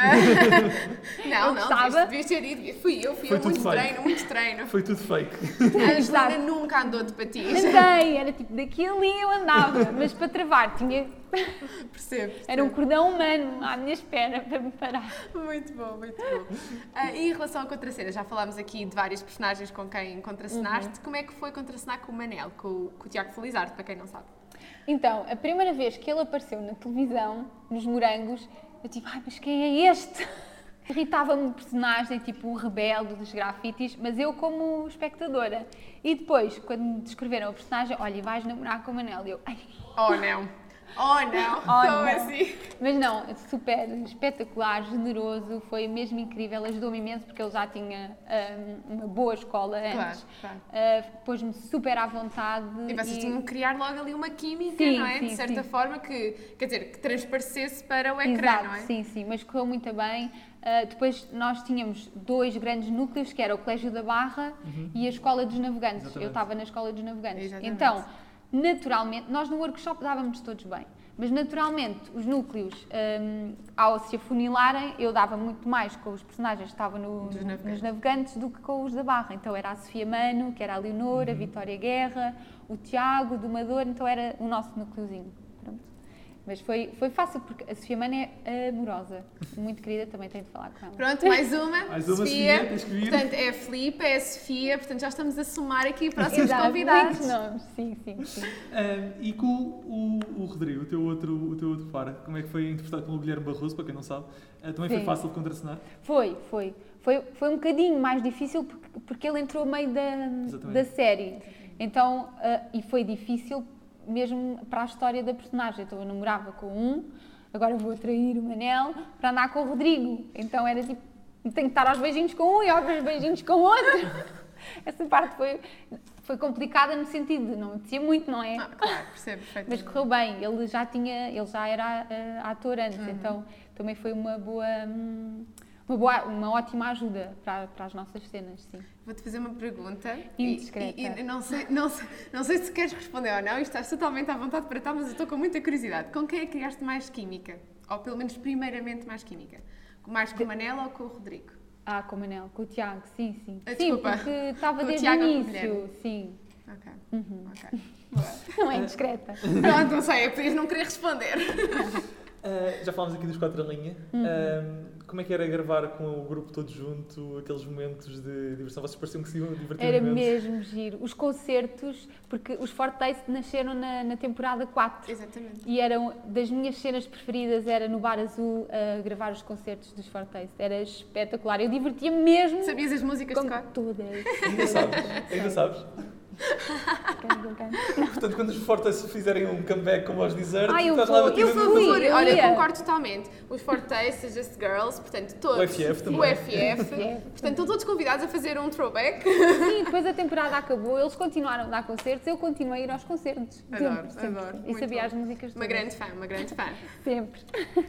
[SPEAKER 1] Eu
[SPEAKER 2] não,
[SPEAKER 1] gostava.
[SPEAKER 2] devias, devias ter ido. Fui eu, fui
[SPEAKER 3] Foi
[SPEAKER 2] eu,
[SPEAKER 3] tudo
[SPEAKER 2] muito
[SPEAKER 3] fake.
[SPEAKER 2] treino, muito treino.
[SPEAKER 3] Foi tudo fake.
[SPEAKER 2] A
[SPEAKER 1] Exato.
[SPEAKER 2] Angelina nunca andou de patins.
[SPEAKER 1] Andei, era tipo, daqui ali eu andava, mas para travar tinha,
[SPEAKER 2] Percebo, percebo.
[SPEAKER 1] era um cordão humano à minha espera para me parar.
[SPEAKER 2] Muito bom, muito bom. Ah, e em relação à contracena, já falámos aqui de vários personagens com quem contracenaste.
[SPEAKER 1] Uhum.
[SPEAKER 2] Como é que foi contracenar com o Manel, com, o- com o Tiago Felizardo, para quem não sabe?
[SPEAKER 1] Então, a primeira vez que ele apareceu na televisão, nos Morangos, eu tipo, ai, mas quem é este? Irritava-me o personagem, tipo o rebelde dos grafites, mas eu como espectadora. E depois, quando me descreveram o personagem, olha, vais namorar com o Manel, e eu, ai,
[SPEAKER 2] Oh não! Oh não!
[SPEAKER 1] Oh,
[SPEAKER 2] Como
[SPEAKER 1] não.
[SPEAKER 2] assim?
[SPEAKER 1] mas não, super espetacular, generoso, foi mesmo incrível, ajudou-me imenso porque ele já tinha hum, uma boa escola antes,
[SPEAKER 2] Claro, claro.
[SPEAKER 1] Uh, pôs-me super à vontade.
[SPEAKER 2] E vocês tinham que criar logo ali uma química,
[SPEAKER 1] Sim,
[SPEAKER 2] não é?
[SPEAKER 1] sim,
[SPEAKER 2] de certa
[SPEAKER 1] sim.
[SPEAKER 2] forma que, quer dizer, que transparecesse para o ecrã,
[SPEAKER 1] Exato,
[SPEAKER 2] não é?
[SPEAKER 1] sim, sim, mas correu muito bem. Uh, depois nós tínhamos dois grandes núcleos, que era o Colégio da Barra e a Escola dos Navegantes.
[SPEAKER 3] Exatamente.
[SPEAKER 1] Eu estava na Escola dos Navegantes.
[SPEAKER 2] Exatamente.
[SPEAKER 1] Então, naturalmente, nós no workshop dávamos todos bem, mas naturalmente os núcleos, um, ao se afunilarem, eu dava muito mais com os personagens que estavam no,
[SPEAKER 2] Dos navegantes.
[SPEAKER 1] nos Navegantes do que com os da Barra. Então era a Sofia Mano, que era a Leonor,
[SPEAKER 3] Uhum.
[SPEAKER 1] a Vitória Guerra, o Tiago, do Mador, então era o nosso núcleozinho. Pronto. Mas foi, foi fácil, porque a Sofia Mano é amorosa, muito querida, também tenho de falar com ela.
[SPEAKER 2] Pronto, mais uma.
[SPEAKER 3] Mais uma, Sofia, tens que vir.
[SPEAKER 2] Portanto, é a Filipe, é a Sofia, portanto já estamos a somar aqui próximos
[SPEAKER 1] Exato,
[SPEAKER 2] convidados.
[SPEAKER 1] muitos nomes, sim, sim, sim.
[SPEAKER 3] Um, e com o, o Rodrigo, o teu outro, o teu outro par, como é que foi interpretado pelo Guilherme Barroso, para quem não sabe? Uh, também foi
[SPEAKER 1] Sim.
[SPEAKER 3] fácil de contracenar?
[SPEAKER 1] Foi, foi. Foi, foi um bocadinho mais difícil porque, porque ele entrou meio da,
[SPEAKER 3] Exatamente.
[SPEAKER 1] da série. Então, ah, e foi difícil mesmo para a história da personagem. Então eu namorava com um, agora vou atrair o Manel para andar com o Rodrigo. Então era tipo, tenho que estar aos beijinhos com um e aos beijinhos com o outro. Essa parte foi, foi complicada no sentido de não apetecia muito, não é?
[SPEAKER 2] Ah, claro, percebo
[SPEAKER 1] Mas
[SPEAKER 2] perfeitamente.
[SPEAKER 1] correu bem, ele já tinha, ele já era ah, ator antes,
[SPEAKER 2] Uhum.
[SPEAKER 1] então também foi uma boa, hum, uma boa, uma ótima ajuda para, para as nossas cenas, sim.
[SPEAKER 2] Vou-te fazer uma pergunta.
[SPEAKER 1] Indiscreta.
[SPEAKER 2] E, e, e não, sei, não, sei, não sei se queres responder ou não, e estás totalmente à vontade para tal, mas eu estou com muita curiosidade. Com quem é que criaste mais química? Ou pelo menos primeiramente mais química? Mais com o Manel ou com o Rodrigo?
[SPEAKER 1] Ah, com o Manel, com o Tiago, sim, sim.
[SPEAKER 2] Ah,
[SPEAKER 1] sim,
[SPEAKER 2] desculpa.
[SPEAKER 1] porque estava
[SPEAKER 2] Com o
[SPEAKER 1] desde
[SPEAKER 2] Tiago
[SPEAKER 1] o
[SPEAKER 2] ou com o
[SPEAKER 1] início,
[SPEAKER 2] Guilherme?
[SPEAKER 1] sim.
[SPEAKER 2] Ok,
[SPEAKER 1] Uhum.
[SPEAKER 2] ok. Boa.
[SPEAKER 1] Não é indiscreta.
[SPEAKER 2] Pronto, não sei, é podias não querer responder.
[SPEAKER 3] Uh, já falámos aqui dos quatro em linha.
[SPEAKER 1] Uhum.
[SPEAKER 3] Um, Como é que era gravar com o grupo todo junto, aqueles momentos de diversão? Vocês pareciam que se iam divertir
[SPEAKER 1] Era
[SPEAKER 3] imenso.
[SPEAKER 1] mesmo giro. Os concertos, porque os Forte Taste nasceram na, na temporada quatro.
[SPEAKER 2] Exatamente.
[SPEAKER 1] E eram, das minhas cenas preferidas era no Bar Azul a gravar os concertos dos Forte Taste. Era espetacular. Eu divertia-me mesmo.
[SPEAKER 2] Sabias as músicas de
[SPEAKER 1] com
[SPEAKER 2] cor?
[SPEAKER 1] todas.
[SPEAKER 3] Ainda sabes? Ainda sabes? Portanto, quando os Fortes fizerem um comeback como aos Desert,
[SPEAKER 1] Ah, eu
[SPEAKER 3] estás lá
[SPEAKER 1] vou,
[SPEAKER 3] batida
[SPEAKER 1] eu
[SPEAKER 3] no-
[SPEAKER 1] fui.
[SPEAKER 2] Olha, olha,
[SPEAKER 1] ia.
[SPEAKER 2] concordo totalmente. Os Forte Taste, as Just Girls, portanto, todos.
[SPEAKER 3] O F F também.
[SPEAKER 2] O F F.
[SPEAKER 1] F F.
[SPEAKER 2] Portanto, estão todos convidados a fazer um throwback.
[SPEAKER 1] Sim, depois a temporada acabou, eles continuaram a dar concertos, eu continuei a ir aos concertos.
[SPEAKER 2] Adoro,
[SPEAKER 1] sempre, sempre.
[SPEAKER 2] adoro.
[SPEAKER 1] E
[SPEAKER 2] Muito
[SPEAKER 1] sabia
[SPEAKER 2] bom.
[SPEAKER 1] as músicas
[SPEAKER 2] Uma
[SPEAKER 1] todas.
[SPEAKER 2] grande fã, uma grande fã.
[SPEAKER 1] Sempre.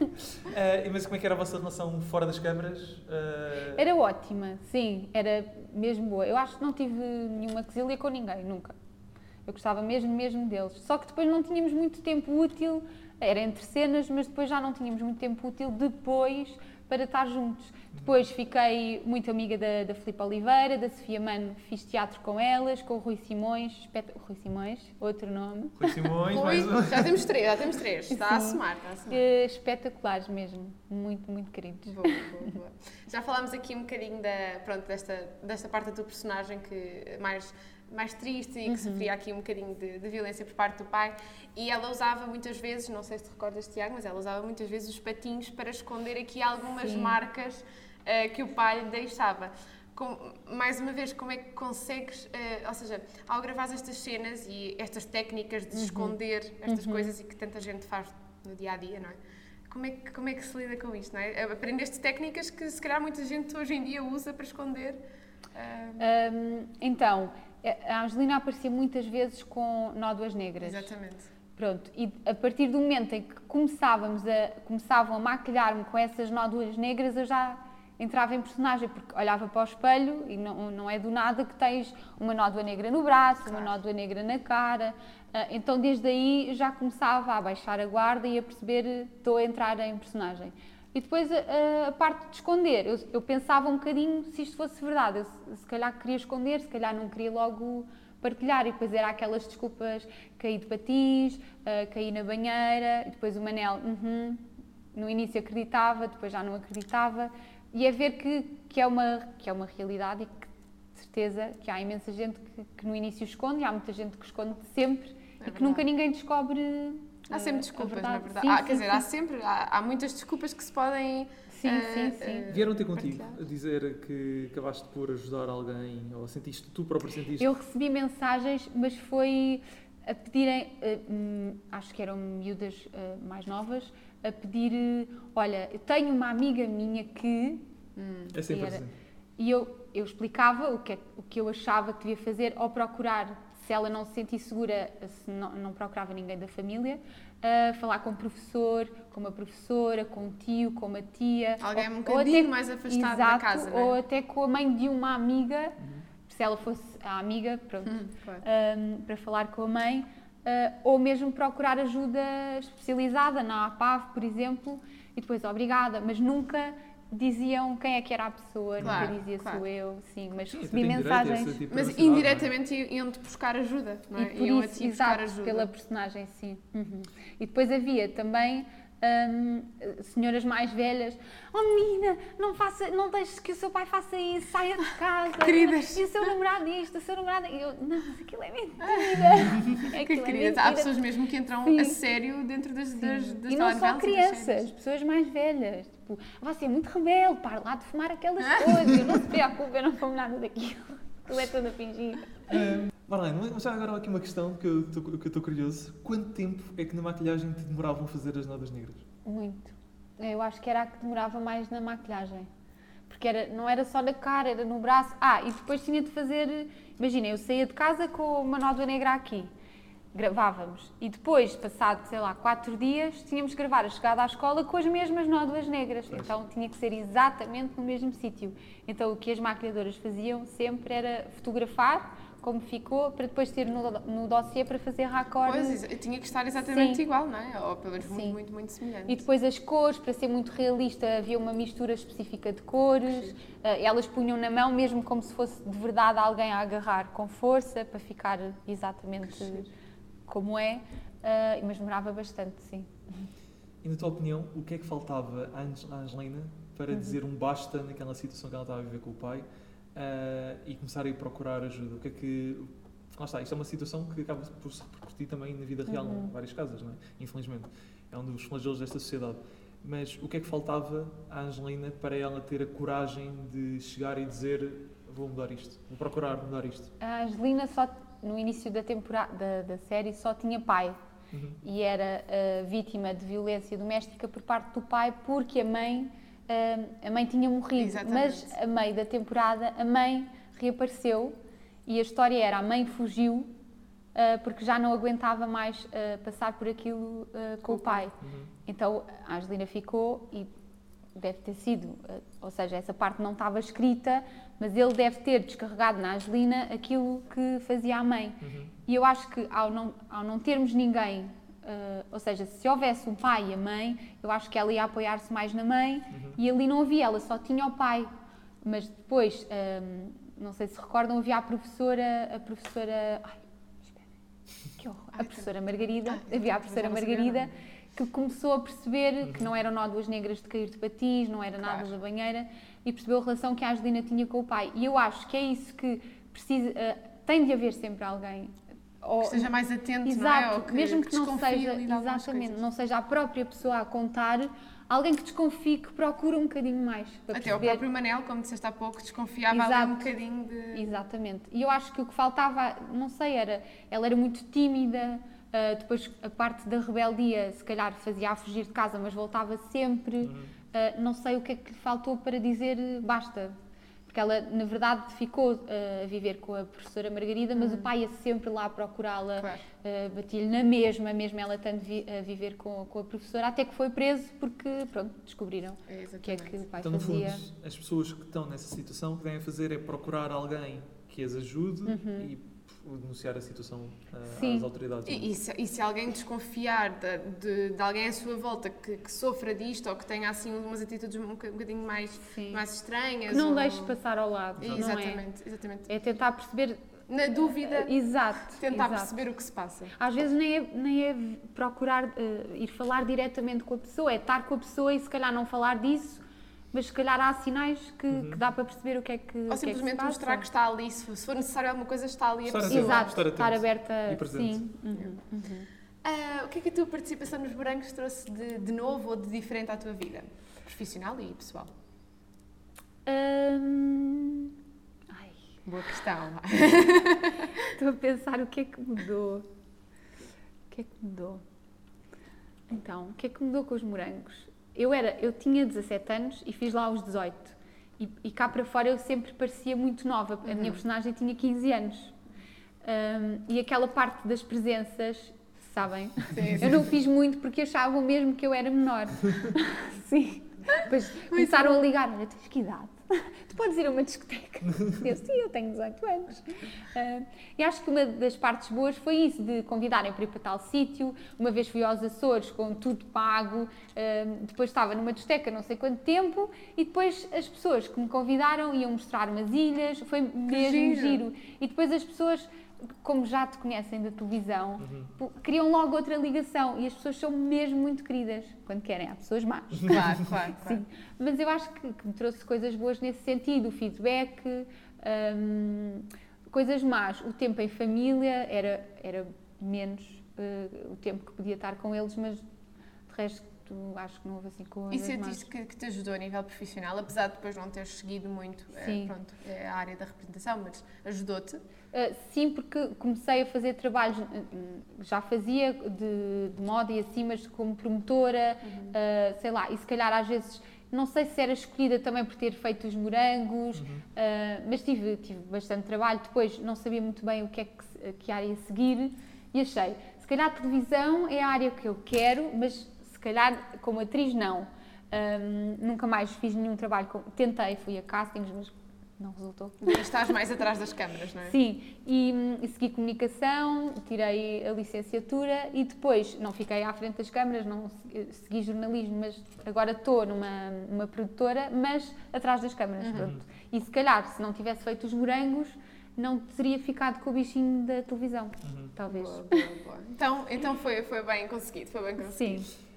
[SPEAKER 3] Eh, mas como é que era a vossa relação fora das câmaras? Eh,
[SPEAKER 1] Era ótima, sim, era mesmo boa. Eu acho que não tive nenhuma quesilha com ninguém, nunca. Eu gostava mesmo, mesmo deles. Só que depois não tínhamos muito tempo útil, era entre cenas, mas depois já não tínhamos muito tempo útil depois para estar juntos. Depois fiquei muito amiga da, da Filipe Oliveira, da Sofia Mano, fiz teatro com elas, com o Rui Simões, espet... Rui Simões, outro nome.
[SPEAKER 3] Rui Simões,
[SPEAKER 2] Rui,
[SPEAKER 3] mais um.
[SPEAKER 2] já temos três, já temos três. Está a
[SPEAKER 1] Sim.
[SPEAKER 2] somar, está a somar.
[SPEAKER 1] Eh, espetaculares mesmo, muito, muito queridos.
[SPEAKER 2] Boa, boa, boa. Já falámos aqui um bocadinho da, pronto, desta, desta parte da tua personagem que mais, mais triste e que sofria aqui um bocadinho de, de violência por parte do pai. E ela usava muitas vezes, não sei se te recordas, Tiago, mas ela usava muitas vezes os patinhos para esconder aqui algumas
[SPEAKER 1] Sim.
[SPEAKER 2] marcas eh, que o pai lhe deixava. Com, mais uma vez, como é que consegues, eh, ou seja, ao gravar estas cenas e estas técnicas de esconder estas coisas e que tanta gente faz no dia a dia, não é? Como é, que, como é que se lida com isto, não é? Aprendeste técnicas que se calhar muita gente hoje em dia usa para esconder. ah,
[SPEAKER 1] Hum, então, a Angelina aparecia muitas vezes com nódoas negras.
[SPEAKER 2] Exatamente.
[SPEAKER 1] Pronto, e a partir do momento em que começávamos a, começavam a maquilhar-me com essas nódoas negras, eu já entrava em personagem, porque olhava para o espelho e não, não é do nada que tens uma nódoa negra no braço,
[SPEAKER 2] Claro.
[SPEAKER 1] uma nódoa negra na cara. Ah, então, desde aí, já começava a baixar a guarda e a perceber que estou a entrar em personagem. E depois, a, a parte de esconder, eu, eu pensava um bocadinho se isto fosse verdade. Eu, se, se calhar queria esconder, se calhar não queria logo partilhar. E depois era aquelas desculpas, caí de patins, ah, caí na banheira, e depois o Manel, uhum, no início acreditava, depois já não acreditava. E é ver que, que, é uma, que é uma realidade e que, de certeza, que há imensa gente que, que no início esconde, e há muita gente que esconde sempre
[SPEAKER 2] É
[SPEAKER 1] e que
[SPEAKER 2] verdade.
[SPEAKER 1] nunca ninguém descobre.
[SPEAKER 2] Há
[SPEAKER 1] eh,
[SPEAKER 2] sempre
[SPEAKER 1] a
[SPEAKER 2] desculpas, na verdade.
[SPEAKER 1] Sim,
[SPEAKER 2] Ah,
[SPEAKER 1] sim,
[SPEAKER 2] quer dizer,
[SPEAKER 1] sim.
[SPEAKER 2] há sempre, há, há muitas desculpas que se podem.
[SPEAKER 1] Sim,
[SPEAKER 2] ah,
[SPEAKER 1] sim, sim.
[SPEAKER 2] ah,
[SPEAKER 3] Vieram ter contigo
[SPEAKER 2] partilhar.
[SPEAKER 3] a dizer que acabaste por ajudar alguém, ou sentiste, tu próprio sentiste?
[SPEAKER 1] Eu recebi mensagens, mas foi a pedirem, eh, hum, acho que eram miúdas eh, mais novas, a pedir, eh, olha, eu tenho uma amiga minha que...
[SPEAKER 3] É sempre
[SPEAKER 1] era-
[SPEAKER 3] assim.
[SPEAKER 1] E eu, eu explicava o que, é- o que eu achava que devia fazer ao procurar, se ela não se sentisse segura, se não, não procurava ninguém da família, a falar com o professor, com uma professora, com um tio, com uma tia.
[SPEAKER 2] Alguém
[SPEAKER 1] ou-
[SPEAKER 2] um
[SPEAKER 1] ou
[SPEAKER 2] bocadinho
[SPEAKER 1] até-
[SPEAKER 2] mais afastado
[SPEAKER 1] exato,
[SPEAKER 2] da casa, não é?
[SPEAKER 1] ou até com a mãe de uma amiga, se ela fosse a amiga, pronto,
[SPEAKER 2] Hum, claro.
[SPEAKER 1] um, para falar com a mãe, uh, ou mesmo procurar ajuda especializada na A P A V, por exemplo, e depois obrigada, mas nunca diziam quem é que era a pessoa,
[SPEAKER 2] Claro,
[SPEAKER 1] nunca dizia
[SPEAKER 2] claro.
[SPEAKER 1] sou eu, sim, mas
[SPEAKER 3] Sim, tu
[SPEAKER 1] recebi
[SPEAKER 3] tens direito a
[SPEAKER 1] mensagens
[SPEAKER 3] esse tipo de
[SPEAKER 2] Mas
[SPEAKER 3] privacidade,
[SPEAKER 2] indiretamente iam-te buscar ajuda, não é?
[SPEAKER 1] e por
[SPEAKER 2] Iam a
[SPEAKER 1] isso,
[SPEAKER 2] ti buscar
[SPEAKER 1] exato,
[SPEAKER 2] ajuda.
[SPEAKER 1] pela personagem, sim. Uhum. E depois havia também hum, senhoras mais velhas, oh menina, não, faça, não deixes que o seu pai faça isso, saia de casa.
[SPEAKER 2] Queridas.
[SPEAKER 1] E o seu namorado isto, o seu namorado... E eu, não, mas aquilo é mentira.
[SPEAKER 2] Que
[SPEAKER 1] Aquilo é
[SPEAKER 2] queridas. Há
[SPEAKER 1] mentira.
[SPEAKER 2] pessoas mesmo que entram
[SPEAKER 1] Sim.
[SPEAKER 2] a sério dentro das, das,
[SPEAKER 1] Sim.
[SPEAKER 2] das
[SPEAKER 1] E não só
[SPEAKER 2] telenovelas e das
[SPEAKER 1] crianças,
[SPEAKER 2] séries.
[SPEAKER 1] pessoas mais velhas. Tipo, você é muito rebelde, para lá de fumar aquelas coisas. Eu não se preocupe, eu não fumo nada daquilo. Aquilo é tudo a fingir.
[SPEAKER 3] Uh, Marlene, mas já agora aqui uma questão que eu estou- que eu estou curioso. Quanto tempo é que na maquilhagem te demoravam a fazer as nódoas negras?
[SPEAKER 1] Muito. Eu acho que era a que demorava mais na maquilhagem. Porque era, não era só na cara, era no braço. Ah, e depois tinha de fazer... Imagina, eu saía de casa com uma nódoa negra aqui. Gravávamos. E depois, passado, sei lá, quatro dias, tínhamos que gravar a chegada à escola com as mesmas nódoas negras. Então tinha que ser exatamente no mesmo sítio. Então o que as maquilhadoras faziam sempre era fotografar como ficou, para depois ter no, no dossiê para fazer raccord.
[SPEAKER 2] Pois, eu tinha que estar exatamente
[SPEAKER 1] Sim.
[SPEAKER 2] igual, não é? Ou pelo menos muito,
[SPEAKER 1] Sim.
[SPEAKER 2] muito, muito semelhante.
[SPEAKER 1] E depois as cores, para ser muito realista, havia uma mistura específica de cores. Eh, elas punham na mão mesmo como se fosse de verdade alguém a agarrar com força, para ficar exatamente como é. Eh, mas demorava bastante, sim.
[SPEAKER 3] E na tua opinião, o que é que faltava à Ange- à Angelina para
[SPEAKER 1] Uhum.
[SPEAKER 3] dizer um basta naquela situação que ela estava a viver com o pai uh, e começar a ir procurar ajuda? O que é que... Lá está, isto é uma situação que acaba por se repercutir também na vida real,
[SPEAKER 1] Uhum.
[SPEAKER 3] em vários casos, não é? Infelizmente. É um dos flagelos desta sociedade. Mas o que é que faltava à Angelina para ela ter a coragem de chegar e dizer vou mudar isto, vou procurar mudar isto?
[SPEAKER 1] A Angelina, só, no início da, temporada, da, da série, só tinha pai.
[SPEAKER 3] Uhum.
[SPEAKER 1] E era uh, vítima de violência doméstica por parte do pai, porque a mãe, uh, a mãe tinha morrido.
[SPEAKER 2] Exatamente.
[SPEAKER 1] Mas, a meio da temporada, a mãe reapareceu e a história era, a mãe fugiu uh, porque já não aguentava mais uh, passar por aquilo uh, com o pai.
[SPEAKER 3] Uhum.
[SPEAKER 1] Então, a Angelina ficou e deve ter sido, uh, ou seja, essa parte não estava escrita, mas ele deve ter descarregado na Angelina aquilo que fazia a mãe.
[SPEAKER 3] Uhum.
[SPEAKER 1] E eu acho que ao não, ao não termos ninguém, uh, ou seja, se houvesse o pai e a mãe, eu acho que ela ia apoiar-se mais na mãe,
[SPEAKER 3] Uhum.
[SPEAKER 1] e ali não havia, ela só tinha o pai. Mas depois, um, não sei se recordam, havia a professora, a professora, ai, espera, que horror, a professora Margarida,
[SPEAKER 2] Ai,
[SPEAKER 1] havia a professora
[SPEAKER 2] não sabia nada.
[SPEAKER 1] Margarida, que começou a perceber
[SPEAKER 3] Uhum.
[SPEAKER 1] que não eram nódoas negras de cair de patins, não era nada
[SPEAKER 2] Claro.
[SPEAKER 1] da banheira, e percebeu a relação que a Angelina tinha com o pai. E eu acho que é isso que precisa, uh, tem de haver sempre alguém. Ou,
[SPEAKER 2] Que esteja mais atento,
[SPEAKER 1] exato,
[SPEAKER 2] não é? Ou que,
[SPEAKER 1] mesmo que, não
[SPEAKER 2] desconfie
[SPEAKER 1] seja,
[SPEAKER 2] ali de algumas
[SPEAKER 1] exatamente,
[SPEAKER 2] coisas.
[SPEAKER 1] não seja a própria pessoa a contar, alguém que desconfie, que procura um bocadinho mais. Para
[SPEAKER 2] Até o
[SPEAKER 1] perceber.
[SPEAKER 2] próprio Manel, como disseste há pouco, desconfiava
[SPEAKER 1] Exato.
[SPEAKER 2] ali um bocadinho de...
[SPEAKER 1] Exatamente. E eu acho que o que faltava, não sei, era, ela era muito tímida, uh, depois a parte da rebeldia, se calhar fazia a fugir de casa, mas voltava sempre.
[SPEAKER 3] Uhum.
[SPEAKER 1] Uh, não sei o que é que lhe faltou para dizer uh, basta. Porque ela, na verdade, ficou uh, a viver com a professora Margarida, mas
[SPEAKER 2] Uhum.
[SPEAKER 1] o pai ia sempre lá procurá-la,
[SPEAKER 2] Claro.
[SPEAKER 1] uh, batia-lhe na mesma, mesmo ela estando vi a viver com, com a professora, até que foi preso porque, pronto, descobriram
[SPEAKER 2] É,
[SPEAKER 1] o que é que o pai
[SPEAKER 3] Então, no fundo,
[SPEAKER 1] fazia.
[SPEAKER 3] as pessoas que estão nessa situação, o que devem fazer é procurar alguém que as ajude
[SPEAKER 1] Uhum.
[SPEAKER 3] e pff, denunciar a situação uh,
[SPEAKER 1] Sim.
[SPEAKER 3] às autoridades.
[SPEAKER 2] E, e, se, e se alguém desconfiar de, de, de alguém à sua volta que, que sofra disto ou que tenha assim umas atitudes um, boca- um bocadinho mais,
[SPEAKER 1] Sim.
[SPEAKER 2] mais estranhas...
[SPEAKER 1] Que não
[SPEAKER 2] ou...
[SPEAKER 1] deixe passar ao lado, não é?
[SPEAKER 2] Exatamente, exatamente.
[SPEAKER 1] É tentar perceber.
[SPEAKER 2] Na dúvida,
[SPEAKER 1] Exato.
[SPEAKER 2] tentar
[SPEAKER 1] exato.
[SPEAKER 2] perceber o que se passa.
[SPEAKER 1] Às vezes nem é, nem é procurar eh, ir falar diretamente com a pessoa, é estar com a pessoa e se calhar não falar disso, mas se calhar há sinais que,
[SPEAKER 3] Uhum.
[SPEAKER 1] que dá para perceber o que é que, o que,
[SPEAKER 2] Ou
[SPEAKER 1] é que se
[SPEAKER 2] simplesmente
[SPEAKER 1] passa.
[SPEAKER 2] mostrar que está ali, se for, se for necessário alguma coisa, está ali a
[SPEAKER 3] Estar
[SPEAKER 2] pessoa.
[SPEAKER 3] atento.
[SPEAKER 1] Exato,
[SPEAKER 3] Estar
[SPEAKER 1] estar,
[SPEAKER 3] atento
[SPEAKER 1] aberta.
[SPEAKER 3] e presente.
[SPEAKER 1] Sim. Uhum, uhum.
[SPEAKER 2] Ah, o que é que a tua participação nos Morangos trouxe de, de novo ou de diferente à tua vida? Profissional e pessoal?
[SPEAKER 1] Hum, Ai,
[SPEAKER 2] Boa questão.
[SPEAKER 1] estou a pensar o que é que mudou. O que é que mudou? Então, o que é que mudou com os morangos? Eu, era, eu tinha dezassete anos e fiz lá os dezoito. E, e cá para fora eu sempre parecia muito nova. A minha personagem tinha quinze anos. Hum, e aquela parte das presenças, sabem?
[SPEAKER 2] Sim, sim.
[SPEAKER 1] Eu não fiz muito porque achavam mesmo que eu era menor. Sim. Depois começaram a ligar, olha, tens que idade? Tu podes ir a uma discoteca? Eu, sim, eu tenho dezoito anos. Uh, e acho que uma das partes boas foi isso, de convidarem para ir para tal sítio. Uma vez fui aos Açores com tudo pago, uh, depois estava numa discoteca não sei quanto tempo, e depois as pessoas que me convidaram iam mostrar umas ilhas, foi mesmo
[SPEAKER 2] giro.
[SPEAKER 1] giro. E depois as pessoas, como já te conhecem da televisão,
[SPEAKER 3] Uhum.
[SPEAKER 1] pô, criam logo outra ligação, e as pessoas são mesmo muito queridas, quando querem, há pessoas más.
[SPEAKER 2] Claro, claro, claro.
[SPEAKER 1] Sim, mas eu acho que, que me trouxe coisas boas nesse sentido, o feedback, hum, coisas más. O tempo em família era, era menos uh, o tempo que podia estar com eles, mas de resto acho que não houve assim
[SPEAKER 2] E
[SPEAKER 1] coisas
[SPEAKER 2] sentiste
[SPEAKER 1] más.
[SPEAKER 2] que, que te ajudou a nível profissional, apesar de depois não teres seguido muito
[SPEAKER 1] Sim.
[SPEAKER 2] é, pronto, é a área da representação, mas ajudou-te?
[SPEAKER 1] Uh, sim, porque comecei a fazer trabalhos, uh, já fazia de, de moda e assim, mas como promotora, uh, sei lá, e se calhar às vezes, não sei se era escolhida também por ter feito os morangos,
[SPEAKER 3] Uhum.
[SPEAKER 1] uh, mas tive, tive bastante trabalho. Depois não sabia muito bem o que é que, se- que área seguir e achei, se calhar a televisão é a área que eu quero, mas se calhar como atriz não. Um, nunca mais fiz nenhum trabalho, com, tentei, fui a castings, mas não resultou.
[SPEAKER 2] E estás mais atrás das câmaras, não é?
[SPEAKER 1] Sim, e, hum, e segui comunicação, tirei a licenciatura e depois não fiquei à frente das câmaras, não segui, segui jornalismo, mas agora estou numa, numa produtora, mas atrás das câmaras,
[SPEAKER 2] Uhum.
[SPEAKER 1] pronto. E se calhar, se não tivesse feito os morangos, não teria ficado com o bichinho da televisão,
[SPEAKER 3] Uhum.
[SPEAKER 1] talvez.
[SPEAKER 2] Boa, boa, boa. Então, então foi, foi bem conseguido, foi bem conseguido.
[SPEAKER 1] Sim.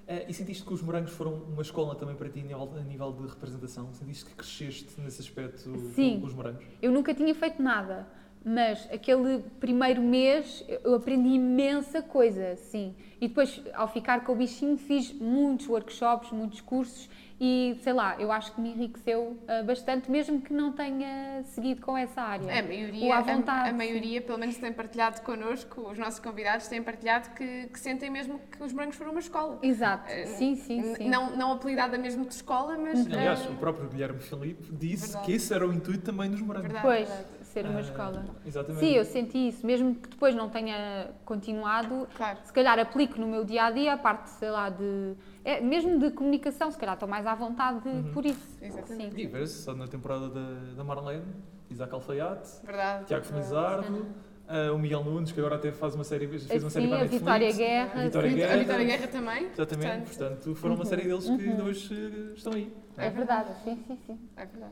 [SPEAKER 3] Uh, e sentiste que os morangos foram uma escola também para ti a nível, a nível de representação? Sentiste que cresceste nesse aspecto
[SPEAKER 1] Sim.
[SPEAKER 3] com, com os morangos?
[SPEAKER 1] Eu nunca tinha feito nada, mas aquele primeiro mês eu aprendi imensa coisa, sim. E depois, ao ficar com o bichinho, fiz muitos workshops, muitos cursos e, sei lá, eu acho que me enriqueceu uh, bastante, mesmo que não tenha seguido com essa área.
[SPEAKER 2] A maioria,
[SPEAKER 1] à vontade,
[SPEAKER 2] a, a maioria pelo menos, tem partilhado connosco, os nossos convidados têm partilhado que, que sentem mesmo que os morangos foram uma escola.
[SPEAKER 1] Exato,
[SPEAKER 2] Uh,
[SPEAKER 1] sim, sim, sim.
[SPEAKER 2] Não, não apelidada mesmo de escola, mas...
[SPEAKER 3] Aliás,
[SPEAKER 2] uh,
[SPEAKER 3] o próprio Guilherme Filipe disse
[SPEAKER 2] Verdade.
[SPEAKER 3] que esse era o intuito também dos morangos.
[SPEAKER 2] Verdade.
[SPEAKER 1] Pois,
[SPEAKER 2] verdade.
[SPEAKER 1] ser uma
[SPEAKER 3] Ah,
[SPEAKER 1] escola.
[SPEAKER 3] Exatamente.
[SPEAKER 1] Sim, eu senti isso, mesmo que depois não tenha continuado,
[SPEAKER 2] Claro.
[SPEAKER 1] se calhar aplico no meu dia-a-dia a parte, sei lá, de... É, mesmo de comunicação, se calhar estou mais à vontade
[SPEAKER 3] Uhum.
[SPEAKER 1] por isso.
[SPEAKER 2] Exatamente.
[SPEAKER 1] Sim.
[SPEAKER 3] E vê-se só na temporada da, da Marlene, Isaac Alfaiate,
[SPEAKER 2] Verdade.
[SPEAKER 3] Tiago Felizardo, uh, o Miguel Nunes, que agora até faz uma série, fez uma série
[SPEAKER 1] Assim,
[SPEAKER 3] para a
[SPEAKER 1] a
[SPEAKER 3] Netflix.
[SPEAKER 1] Vitória Guerra.
[SPEAKER 3] A Vitória
[SPEAKER 1] sim.
[SPEAKER 3] Guerra.
[SPEAKER 2] A Vitória Guerra também.
[SPEAKER 3] Exatamente,
[SPEAKER 2] Portanto,
[SPEAKER 3] portanto, foram uma série deles que ainda hoje uh, estão aí.
[SPEAKER 1] É verdade, sim, sim, sim.
[SPEAKER 2] É verdade.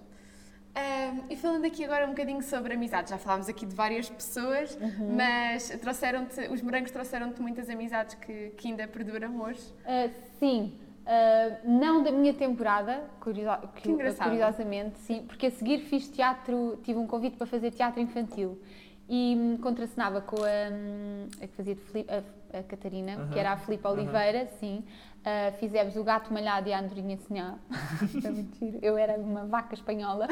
[SPEAKER 2] Um, e falando aqui agora um bocadinho sobre amizades, já falámos aqui de várias pessoas,
[SPEAKER 1] Uhum.
[SPEAKER 2] mas trouxeram-te, os morangos trouxeram-te muitas amizades que, que ainda perduram hoje.
[SPEAKER 1] Uh, sim, uh, não da minha temporada, curiosa-
[SPEAKER 2] Que engraçado.
[SPEAKER 1] curiosamente, sim, porque a seguir fiz teatro, tive um convite para fazer teatro infantil e hum, contracenava com a, hum, a que fazia de Filipe- a, a Catarina,
[SPEAKER 3] Aham,
[SPEAKER 1] que era a Filipe
[SPEAKER 3] aham.
[SPEAKER 1] Oliveira, sim. Uh, fizemos o Gato Malhado e a Andorinha Sinhá. É muito giro. Eu era uma vaca espanhola.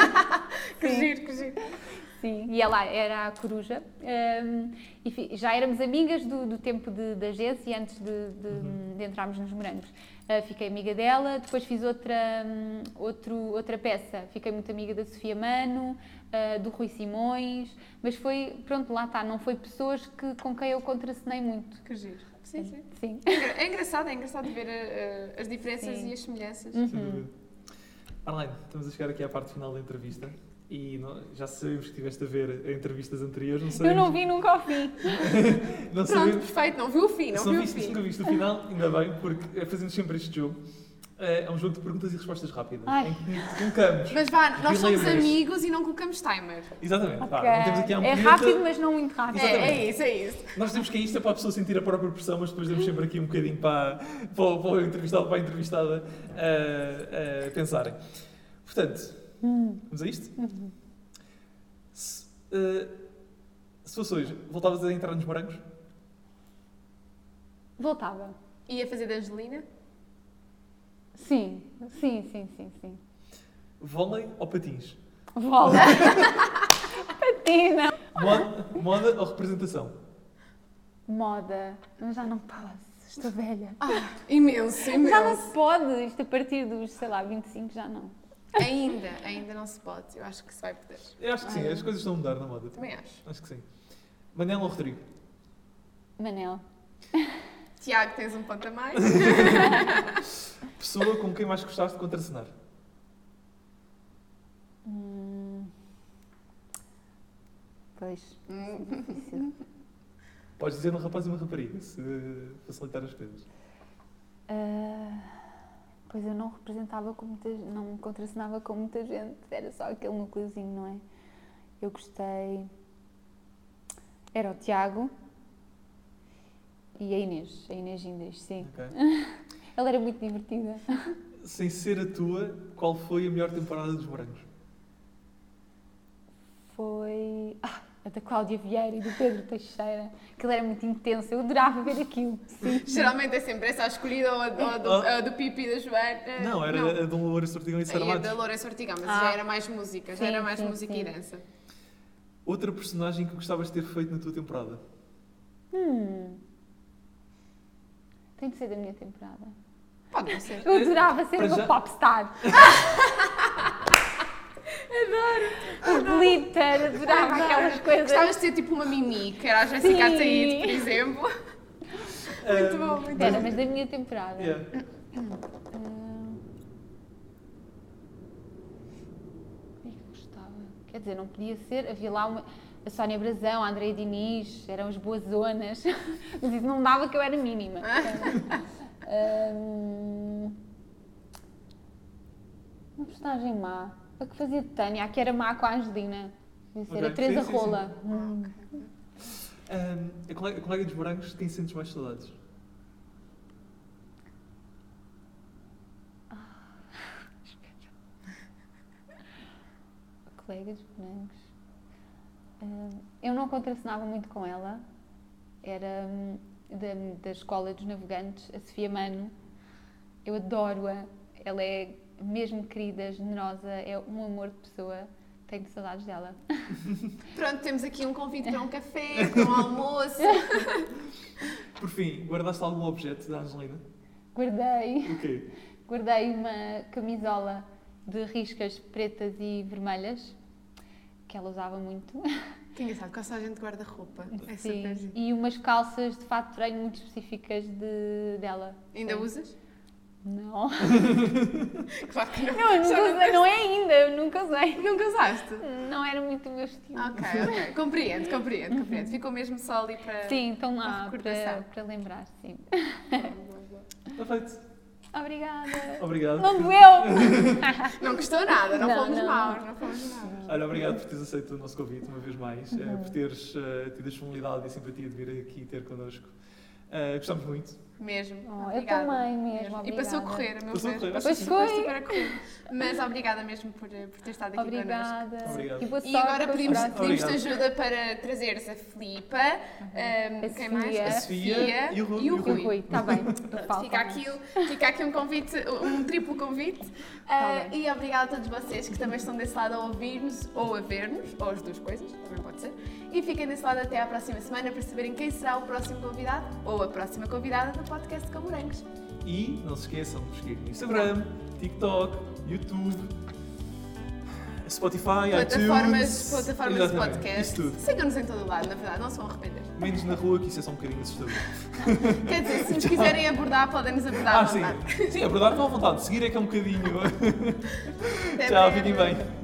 [SPEAKER 2] Que
[SPEAKER 1] Sim.
[SPEAKER 2] giro, que giro.
[SPEAKER 1] Sim, e ela era a coruja. Um, e fi- já éramos amigas do, do tempo de, da agência, antes de, de,
[SPEAKER 3] Uhum.
[SPEAKER 1] de entrarmos nos morangos. Uh, fiquei amiga dela, depois fiz outra, hum, outro, outra peça. Fiquei muito amiga da Sofia Mano, uh, do Rui Simões, mas foi, pronto, lá está, não foi pessoas que, com quem eu contracenei muito.
[SPEAKER 2] Que giro. Sim, sim.
[SPEAKER 1] Sim.
[SPEAKER 2] É engra- é engraçado, é engraçado ver uh, as diferenças
[SPEAKER 1] Sim.
[SPEAKER 2] e as semelhanças.
[SPEAKER 3] Sem dúvida. Arlene, estamos a chegar aqui à parte final da entrevista e não- já sabemos que estiveste a ver entrevistas anteriores, não
[SPEAKER 1] Eu
[SPEAKER 3] sabemos...
[SPEAKER 1] não vi nunca ao fim.
[SPEAKER 3] não
[SPEAKER 2] Pronto,
[SPEAKER 3] sabemos-
[SPEAKER 2] perfeito, não viu o fim, não
[SPEAKER 3] Se não
[SPEAKER 2] viu o
[SPEAKER 3] viste, se
[SPEAKER 2] fim.
[SPEAKER 3] nunca viste o final, ainda bem, porque é, fazemos sempre este jogo. É um jogo de perguntas e respostas rápidas,
[SPEAKER 1] Ai.
[SPEAKER 3] em que colocamos...
[SPEAKER 2] Mas vá, nós somos
[SPEAKER 3] Relembras.
[SPEAKER 2] amigos e não colocamos timer.
[SPEAKER 3] Exatamente, vá,
[SPEAKER 1] Ok.
[SPEAKER 3] não temos aqui a
[SPEAKER 1] É
[SPEAKER 3] ampulheta.
[SPEAKER 1] rápido, mas não muito rápido.
[SPEAKER 2] É,
[SPEAKER 3] Exatamente.
[SPEAKER 2] é isso, é isso.
[SPEAKER 3] Nós temos que ir isto é para a pessoa sentir a própria pressão, mas depois damos sempre aqui um bocadinho para, para, o- para o entrevistado, para a entrevistada uh, uh, pensarem. Portanto,
[SPEAKER 1] Hum.
[SPEAKER 3] vamos a isto?
[SPEAKER 1] Uhum.
[SPEAKER 3] Se, uh, se fosse hoje, voltavas a entrar nos morangos?
[SPEAKER 1] Voltava.
[SPEAKER 2] Ia fazer de Angelina?
[SPEAKER 1] Sim, sim, sim, sim, sim.
[SPEAKER 3] Vôlei ou patins?
[SPEAKER 1] Volta. Patina.
[SPEAKER 3] Moda, moda ou representação?
[SPEAKER 1] Moda. Mas já não posso. Estou velha.
[SPEAKER 2] Imenso,
[SPEAKER 1] Já não
[SPEAKER 2] imenso.
[SPEAKER 1] se pode. Isto a partir dos, sei lá, vinte e cinco já não.
[SPEAKER 2] Ainda, ainda não se pode. Eu acho que se vai poder.
[SPEAKER 3] Eu acho que sim,
[SPEAKER 1] Ah.
[SPEAKER 3] as coisas estão a mudar na moda.
[SPEAKER 2] Também acho.
[SPEAKER 3] Acho que sim. Manela ou Rodrigo?
[SPEAKER 1] Manel.
[SPEAKER 2] Tiago, tens um ponto a mais?
[SPEAKER 3] Pessoa com quem mais gostaste de contracenar?
[SPEAKER 1] Hum. Pois.
[SPEAKER 2] Hum.
[SPEAKER 1] Difícil.
[SPEAKER 3] Podes dizer um rapaz e uma rapariga, se facilitar as coisas.
[SPEAKER 1] Ah, pois eu não representava com muita gente, não me contracenava com muita gente, era só aquele núcleozinho, não é? Eu gostei. Era o Tiago e a Inês, a Inês Inês, sim.
[SPEAKER 3] Ok.
[SPEAKER 1] Ela era muito divertida.
[SPEAKER 3] Sem ser a tua, qual foi a melhor temporada dos morangos?
[SPEAKER 1] Foi ah, a da Cláudia Vieira e do Pedro Teixeira. Aquilo era muito intenso, eu adorava ver aquilo. Sim.
[SPEAKER 2] Geralmente é sempre essa a escolhida ou a do, a do, a do Pipi e da Joana.
[SPEAKER 3] Não, era a de um Loura Sortigão e Sara
[SPEAKER 2] E a
[SPEAKER 3] Matos.
[SPEAKER 2] da Lourenço Ortigão, mas
[SPEAKER 1] Ah.
[SPEAKER 2] já era mais música, já
[SPEAKER 1] Sim,
[SPEAKER 2] era mais
[SPEAKER 1] sim,
[SPEAKER 2] música
[SPEAKER 1] sim.
[SPEAKER 2] e dança.
[SPEAKER 3] Outra personagem que gostavas de ter feito na tua temporada?
[SPEAKER 1] Hum. Tem de ser da minha temporada.
[SPEAKER 2] Pode não ser.
[SPEAKER 1] Eu adorava ser
[SPEAKER 3] Para
[SPEAKER 1] uma
[SPEAKER 3] já-
[SPEAKER 1] popstar. Adoro! O glitter, adorava aquelas coisas.
[SPEAKER 2] Gostavas de ser tipo uma Mimi, que era a Jéssica
[SPEAKER 1] Sim.
[SPEAKER 2] Ataíde, por exemplo. Muito bom, muito
[SPEAKER 1] Era,
[SPEAKER 2] bom.
[SPEAKER 1] mas da minha temporada.
[SPEAKER 3] Yeah.
[SPEAKER 1] Hum. O que é que eu gostava? Quer dizer, não podia ser. Havia lá uma. A Sónia Brazão, a Andreia Diniz, eram as boas zonas. Mas isso não dava que eu era mínima. Hum, uma personagem má. A que fazia de Tânia, a que era má com a Angelina. Devia ser
[SPEAKER 3] Ok,
[SPEAKER 1] a Teresa
[SPEAKER 3] sim, sim, sim.
[SPEAKER 1] Rola. Hum.
[SPEAKER 3] Ahm, a, colega, a colega dos morangos, de quem sentes mais saudades?
[SPEAKER 1] colegas de morangos. Uh, eu não contracenava muito com ela. Era um, da, da escola dos navegantes, a Sofia Mano. Eu adoro-a. Ela é mesmo querida, generosa, é um amor de pessoa. Tenho saudades dela.
[SPEAKER 2] Pronto, temos aqui um convite para um café, para um almoço.
[SPEAKER 3] Por fim, guardaste algum objeto da Angelina?
[SPEAKER 1] Guardei.
[SPEAKER 3] O quê?
[SPEAKER 1] Guardei uma camisola de riscas pretas e vermelhas, que ela usava muito.
[SPEAKER 2] Que engraçado, quase a gente guarda roupa. É
[SPEAKER 1] Sim.
[SPEAKER 2] super giro.
[SPEAKER 1] E umas calças de fato de treino muito específicas de, dela.
[SPEAKER 2] Ainda
[SPEAKER 1] Sim.
[SPEAKER 2] usas?
[SPEAKER 1] Não.
[SPEAKER 2] Claro que não.
[SPEAKER 1] Não, eu nunca usei, não é ainda, eu nunca usei.
[SPEAKER 2] Nunca usaste?
[SPEAKER 1] Não era muito o meu estilo.
[SPEAKER 2] Ok, ok. Compreendo, compreendo, compreendo. Ficou mesmo só ali para...
[SPEAKER 1] Sim, estão
[SPEAKER 2] uma
[SPEAKER 1] lá
[SPEAKER 2] recordação.
[SPEAKER 1] para, para lembrar, sim.
[SPEAKER 3] Está feito.
[SPEAKER 1] Obrigada.
[SPEAKER 3] Obrigado.
[SPEAKER 1] Não doeu!
[SPEAKER 2] Não custou nada, não,
[SPEAKER 1] Não,
[SPEAKER 2] fomos
[SPEAKER 1] não.
[SPEAKER 2] maus, não fomos maus.
[SPEAKER 3] Olha, obrigado por teres aceito o nosso convite uma vez mais, uhum. uh, por teres uh, tido a disponibilidade e a simpatia de vir aqui ter connosco. Uh, gostamos muito.
[SPEAKER 2] Mesmo.
[SPEAKER 1] Oh, eu
[SPEAKER 2] obrigada.
[SPEAKER 1] também mesmo,
[SPEAKER 2] E passou a correr, a meu
[SPEAKER 3] Passou a
[SPEAKER 2] ver.
[SPEAKER 3] correr.
[SPEAKER 2] Passou
[SPEAKER 1] Pois
[SPEAKER 2] super,
[SPEAKER 1] foi.
[SPEAKER 2] super a correr. Mas obrigada mesmo por, por ter estado aqui connosco.
[SPEAKER 1] Obrigada.
[SPEAKER 3] Obrigado.
[SPEAKER 1] E, boa
[SPEAKER 2] E
[SPEAKER 1] sorte
[SPEAKER 2] agora
[SPEAKER 1] com os
[SPEAKER 2] pedimos,
[SPEAKER 1] próximos.
[SPEAKER 2] pedimos-te
[SPEAKER 3] Obrigado.
[SPEAKER 2] ajuda para trazeres a Filipa, um,
[SPEAKER 1] A
[SPEAKER 2] quem mais?
[SPEAKER 1] Sofia.
[SPEAKER 2] A
[SPEAKER 3] A Sofia e o Rui.
[SPEAKER 2] E o
[SPEAKER 1] E o
[SPEAKER 2] Rui.
[SPEAKER 1] Rui, está bem. Eu falo
[SPEAKER 2] Fica
[SPEAKER 1] com
[SPEAKER 2] aqui,
[SPEAKER 1] eles.
[SPEAKER 2] o- fica aqui um convite, um triplo convite.
[SPEAKER 1] Tá
[SPEAKER 2] Uh, e obrigada a todos vocês que também estão desse lado a ouvir-nos ou a ver-nos, ou as duas coisas, também pode ser. E fiquem desse lado até à próxima semana para saberem quem será o próximo convidado ou a próxima convidada do podcast com Morangos.
[SPEAKER 3] E não se esqueçam de seguir no Instagram, TikTok, YouTube, Spotify,
[SPEAKER 2] Plataformas,
[SPEAKER 3] iTunes.
[SPEAKER 2] plataformas de
[SPEAKER 3] Exatamente,
[SPEAKER 2] podcast.
[SPEAKER 3] Isso tudo.
[SPEAKER 2] Sigam-nos em todo o lado, na verdade, não se vão arrepender.
[SPEAKER 3] Menos na rua, que isso é só um bocadinho assustador.
[SPEAKER 2] Quer dizer, se nos quiserem abordar, podem nos abordar
[SPEAKER 3] Ah,
[SPEAKER 2] à
[SPEAKER 3] sim.
[SPEAKER 2] vontade.
[SPEAKER 3] Sim, abordar com vontade. Seguir é que é um bocadinho.
[SPEAKER 2] Até
[SPEAKER 3] Tchau,
[SPEAKER 2] breve.
[SPEAKER 3] fiquem bem.